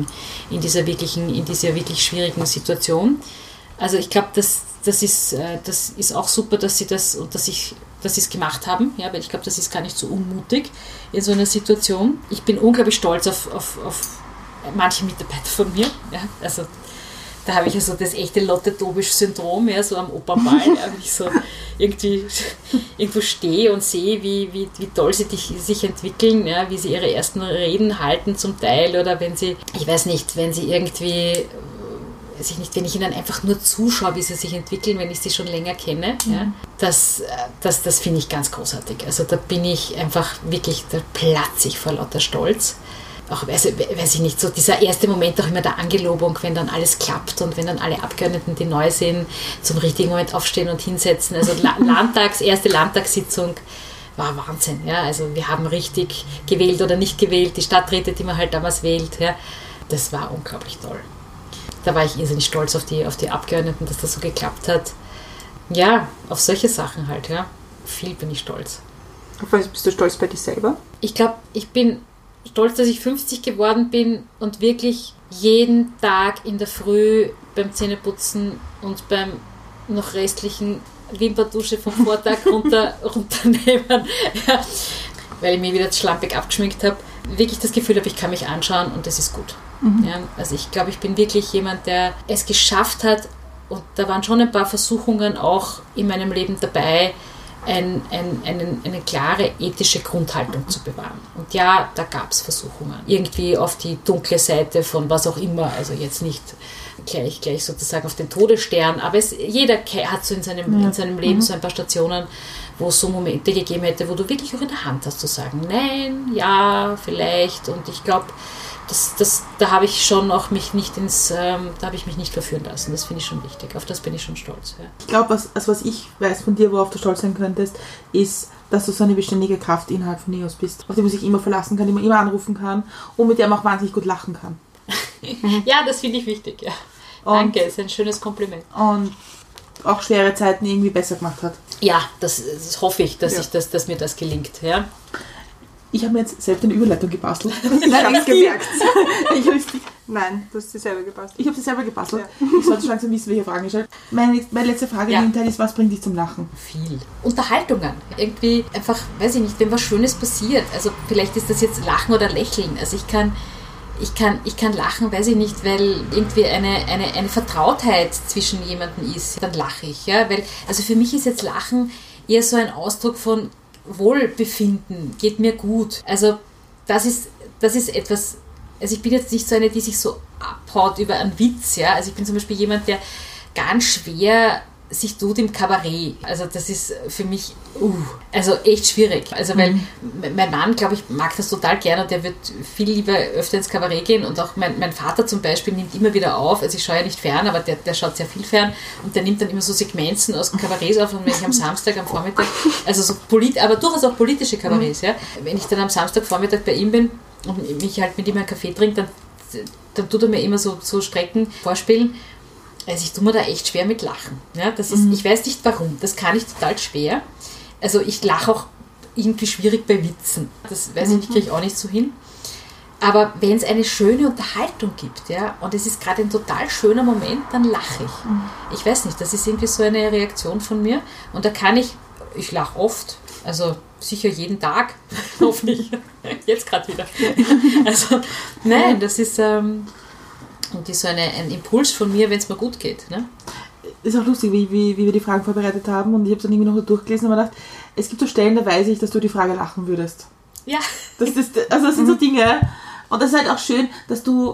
schwierigen Situation. Also ich glaube, das ist auch super, dass sie das und dass sie es gemacht haben, ja, weil ich glaube, das ist gar nicht so unmutig in so einer Situation. Ich bin unglaublich stolz auf manche Mitarbeiter von mir. Ja, also da habe ich ja so das echte Lotte-Dobisch-Syndrom, ja, so am Opernball, ja, wenn ich so irgendwo stehe und sehe, wie toll sie sich entwickeln, ja, wie sie ihre ersten Reden halten zum Teil oder wenn sie irgendwie, weiß ich nicht, wenn ich ihnen einfach nur zuschaue, wie sie sich entwickeln, wenn ich sie schon länger kenne, ja, das finde ich ganz großartig. Also da bin ich einfach wirklich, da platze ich vor lauter Stolz. Auch, weiß ich nicht, so dieser erste Moment auch immer der Angelobung, wenn dann alles klappt und wenn dann alle Abgeordneten, die neu sind, zum richtigen Moment aufstehen und hinsetzen. Also erste Landtagssitzung war Wahnsinn. Ja? Also wir haben richtig gewählt oder nicht gewählt, die Stadträte, die man halt damals wählt. Ja? Das war unglaublich toll. Da war ich irrsinnig stolz auf die Abgeordneten, dass das so geklappt hat. Ja, auf solche Sachen halt. Ja. Viel bin ich stolz. Auf was bist du stolz bei dir selber? Ich glaube, ich bin stolz, dass ich 50 geworden bin und wirklich jeden Tag in der Früh beim Zähneputzen und beim noch restlichen Wimperdusche vom Vortag runternehmen, ja, weil ich mich wieder schlampig abgeschminkt habe, wirklich das Gefühl habe, ich kann mich anschauen und das ist gut. Ja, also ich glaube, ich bin wirklich jemand, der es geschafft hat und da waren schon ein paar Versuchungen auch in meinem Leben dabei, eine klare ethische Grundhaltung zu bewahren. Und ja, da gab es Versuchungen. Irgendwie auf die dunkle Seite von was auch immer, also jetzt nicht gleich sozusagen auf den Todesstern, aber jeder hat so in seinem Leben so ein paar Stationen, wo es so Momente gegeben hätte, wo du wirklich auch in der Hand hast zu sagen, nein, ja, vielleicht. Und ich glaube, da habe ich schon auch mich nicht da habe ich mich nicht verführen lassen. Das finde ich schon wichtig. Auf das bin ich schon stolz. Ja. Ich glaube, was ich weiß von dir, worauf du stolz sein könntest, ist, dass du so eine beständige Kraft innerhalb von NEOS bist, auf die man sich immer verlassen kann, die man immer anrufen kann und mit der man auch wahnsinnig gut lachen kann. Ja, das finde ich wichtig. Ja. Danke, ist ein schönes Kompliment. Und auch schwere Zeiten irgendwie besser gemacht hat. Ja, das hoffe ich, dass mir das gelingt. Ja. Ich habe mir jetzt selbst eine Überleitung gebastelt. Ich habe es gemerkt. Nein, du hast sie selber gebastelt. Ich habe sie selber gebastelt. Ja. Ich sollte schon langsam wissen, welche Fragen ich stelle. Meine letzte Frage in dem Teil ist, was bringt dich zum Lachen? Viel. Unterhaltungen. Irgendwie einfach, weiß ich nicht, wenn was Schönes passiert. Also vielleicht ist das jetzt Lachen oder Lächeln. Also ich kann lachen, weiß ich nicht, weil irgendwie eine Vertrautheit zwischen jemandem ist. Dann lache ich. Ja? Weil, also für mich ist jetzt Lachen eher so ein Ausdruck von Wohlbefinden, geht mir gut. Also das ist etwas, also ich bin jetzt nicht so eine, die sich so abhaut über einen Witz, ja. Also ich bin zum Beispiel jemand, der ganz schwer sich tut im Kabarett. Also das ist für mich also echt schwierig. Also weil mein Mann, glaube ich, mag das total gerne und der wird viel lieber öfter ins Kabarett gehen und auch mein Vater zum Beispiel nimmt immer wieder auf, also ich schaue ja nicht fern, aber der schaut sehr viel fern und der nimmt dann immer so Segmenzen aus Kabarets auf und wenn ich am Samstag, am Vormittag, also so aber durchaus auch politische Kabarets, ja, wenn ich dann am Samstagvormittag bei ihm bin und mich halt mit ihm einen Kaffee trinke, dann tut er mir immer so Strecken vorspielen. Also ich tue mir da echt schwer mit Lachen. Ja, das ist, ich weiß nicht warum, das kann ich total schwer. Also ich lache auch irgendwie schwierig bei Witzen. Das weiß ich nicht, kriege ich auch nicht so hin. Aber wenn es eine schöne Unterhaltung gibt, ja, und es ist gerade ein total schöner Moment, dann lache ich. Ich weiß nicht, das ist irgendwie so eine Reaktion von mir. Und da kann ich lache oft, also sicher jeden Tag, hoffentlich, jetzt gerade wieder. Also nein, das ist... Und das ist so ein Impuls von mir, wenn es mir gut geht. Ne? Ist auch lustig, wie wir die Fragen vorbereitet haben und ich habe es dann irgendwie noch so durchgelesen und mir gedacht, es gibt so Stellen, da weiß ich, dass du die Frage lachen würdest. Ja. Das sind so Dinge und das ist halt auch schön, dass du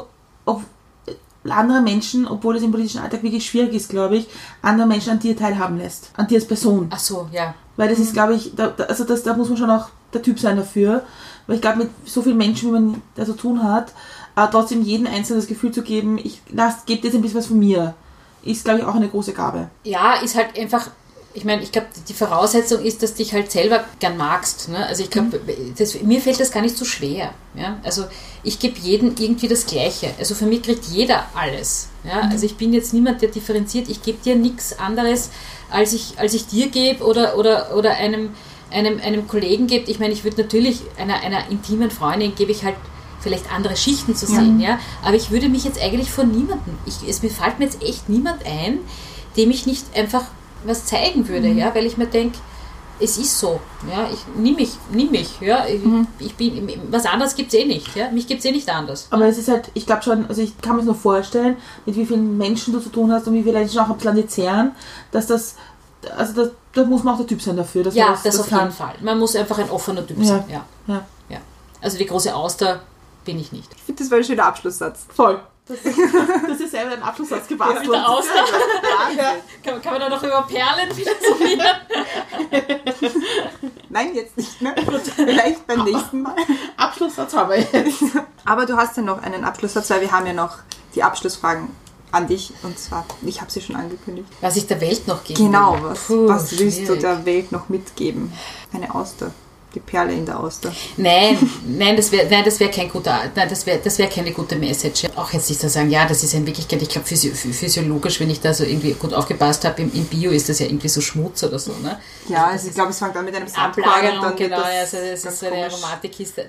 andere Menschen, obwohl es im politischen Alltag wirklich schwierig ist, glaube ich, andere Menschen an dir teilhaben lässt. An dir als Person. Ach so, ja. Weil das ist, glaube ich, da muss man schon auch der Typ sein dafür. Weil ich glaube, mit so vielen Menschen, wie man da zu tun hat, trotzdem jedem Einzelnen das Gefühl zu geben, gebe dir jetzt ein bisschen was von mir, ist, glaube ich, auch eine große Gabe. Ja, ist halt einfach, ich meine, ich glaube, die Voraussetzung ist, dass du dich halt selber gern magst. Ne? Also ich glaube, mir fällt das gar nicht so schwer. Ja? Also ich gebe jedem irgendwie das Gleiche. Also für mich kriegt jeder alles. Ja? Also ich bin jetzt niemand, der differenziert. Ich gebe dir nichts anderes, als ich dir gebe oder einem Kollegen gebe. Ich meine, ich würde natürlich einer intimen Freundin gebe ich halt vielleicht andere Schichten zu sehen, ja. Aber ich würde mich jetzt eigentlich von niemandem, mir fällt mir jetzt echt niemand ein, dem ich nicht einfach was zeigen würde, ja, weil ich mir denke, es ist so, ja, nimm mich, ja, ich bin, was anderes gibt es eh nicht, ja, mich gibt es eh nicht anders. Aber es ist halt, ich glaube schon, also ich kann mir das nur vorstellen, mit wie vielen Menschen du zu tun hast und wie viele Menschen auch ein bisschen an dir zehren, dass da muss man auch der Typ sein dafür. Dass ja, das auf jeden Fall. Man muss einfach ein offener Typ sein, ja. Also die große Auster bin ich nicht. Ich finde, das war ein schöner Abschlusssatz. Voll. Das ist selber ein Abschlusssatz gebastelt. Mit der Auster. Kann man da noch über Perlen philosophieren? Nein, jetzt nicht mehr. Vielleicht beim nächsten Mal. Abschlusssatz haben wir jetzt. Aber du hast ja noch einen Abschlusssatz, weil wir haben ja noch die Abschlussfragen an dich. Und zwar, ich habe sie schon angekündigt. Was ich der Welt noch geben Genau, will. was willst du der Welt noch mitgeben? Eine Auster. Die Perle in der Auster. Nein, das wäre kein guter, nein, das wäre keine gute Message. Auch jetzt nicht zu sagen, ja, das ist in Wirklichkeit, ich glaube, physiologisch, wenn ich da so irgendwie gut aufgepasst habe, im Bio ist das ja irgendwie so Schmutz oder so, ne? Ja, also ich glaube, es fängt an mit einem Ablagerung, dann genau, also es ist so eine Aromatikiste.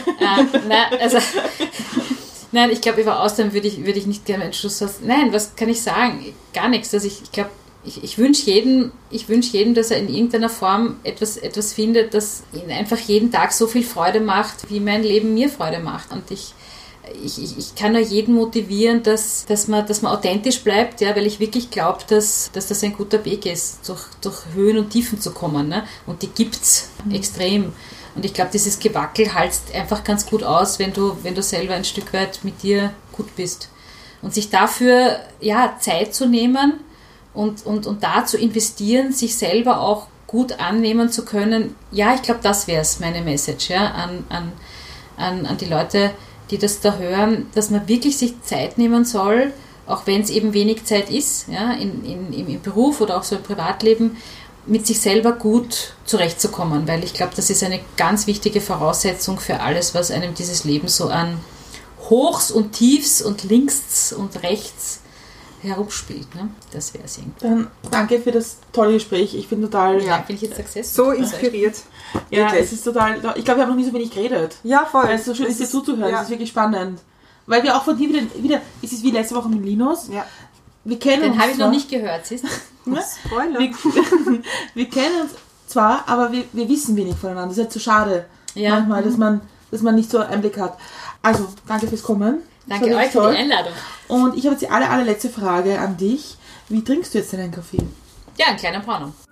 Nein, ich glaube, über Austern würde ich nicht gerne einen Schluss sagen. Nein, was kann ich sagen? Gar nichts. Also ich glaube, ich wünsche jedem, dass er in irgendeiner Form etwas findet, das ihn einfach jeden Tag so viel Freude macht, wie mein Leben mir Freude macht. Und ich kann nur jeden motivieren, dass man authentisch bleibt, ja, weil ich wirklich glaube, dass das ein guter Weg ist, durch Höhen und Tiefen zu kommen. Ne? Und die gibt's extrem. Und ich glaube, dieses Gewackel halst einfach ganz gut aus, wenn du selber ein Stück weit mit dir gut bist. Und sich dafür Zeit zu nehmen, und da zu investieren, sich selber auch gut annehmen zu können, ja, ich glaube, das wäre es, meine Message, ja, an die Leute, die das da hören, dass man wirklich sich Zeit nehmen soll, auch wenn es eben wenig Zeit ist, ja, im Beruf oder auch so im Privatleben, mit sich selber gut zurechtzukommen, weil ich glaube, das ist eine ganz wichtige Voraussetzung für alles, was einem dieses Leben so an Hochs und Tiefs und Links und Rechts herumspielt. Ne? Das wäre es irgendwie. Dann danke für das tolle Gespräch. Ich bin total... Ja, bin ich jetzt success. So inspiriert. Ja, es ist total... Ich glaube, wir haben noch nie so wenig geredet. Ja, voll. Weil es so schön ist, dir zuzuhören. Das ist wirklich spannend. Weil wir auch von dir wieder es ist wie letzte Woche mit Linus. Ja. Wir kennen uns. Den habe ich noch nicht gehört, siehst du? Ne? Spoiler. Wir kennen uns zwar, aber wir wissen wenig voneinander. Das ist halt so schade manchmal, dass man nicht so einen Einblick hat. Also, danke fürs Kommen. Danke euch für die Einladung. Und ich habe jetzt die allerletzte Frage an dich. Wie trinkst du jetzt deinen Kaffee? Ja, ein kleiner Brauner.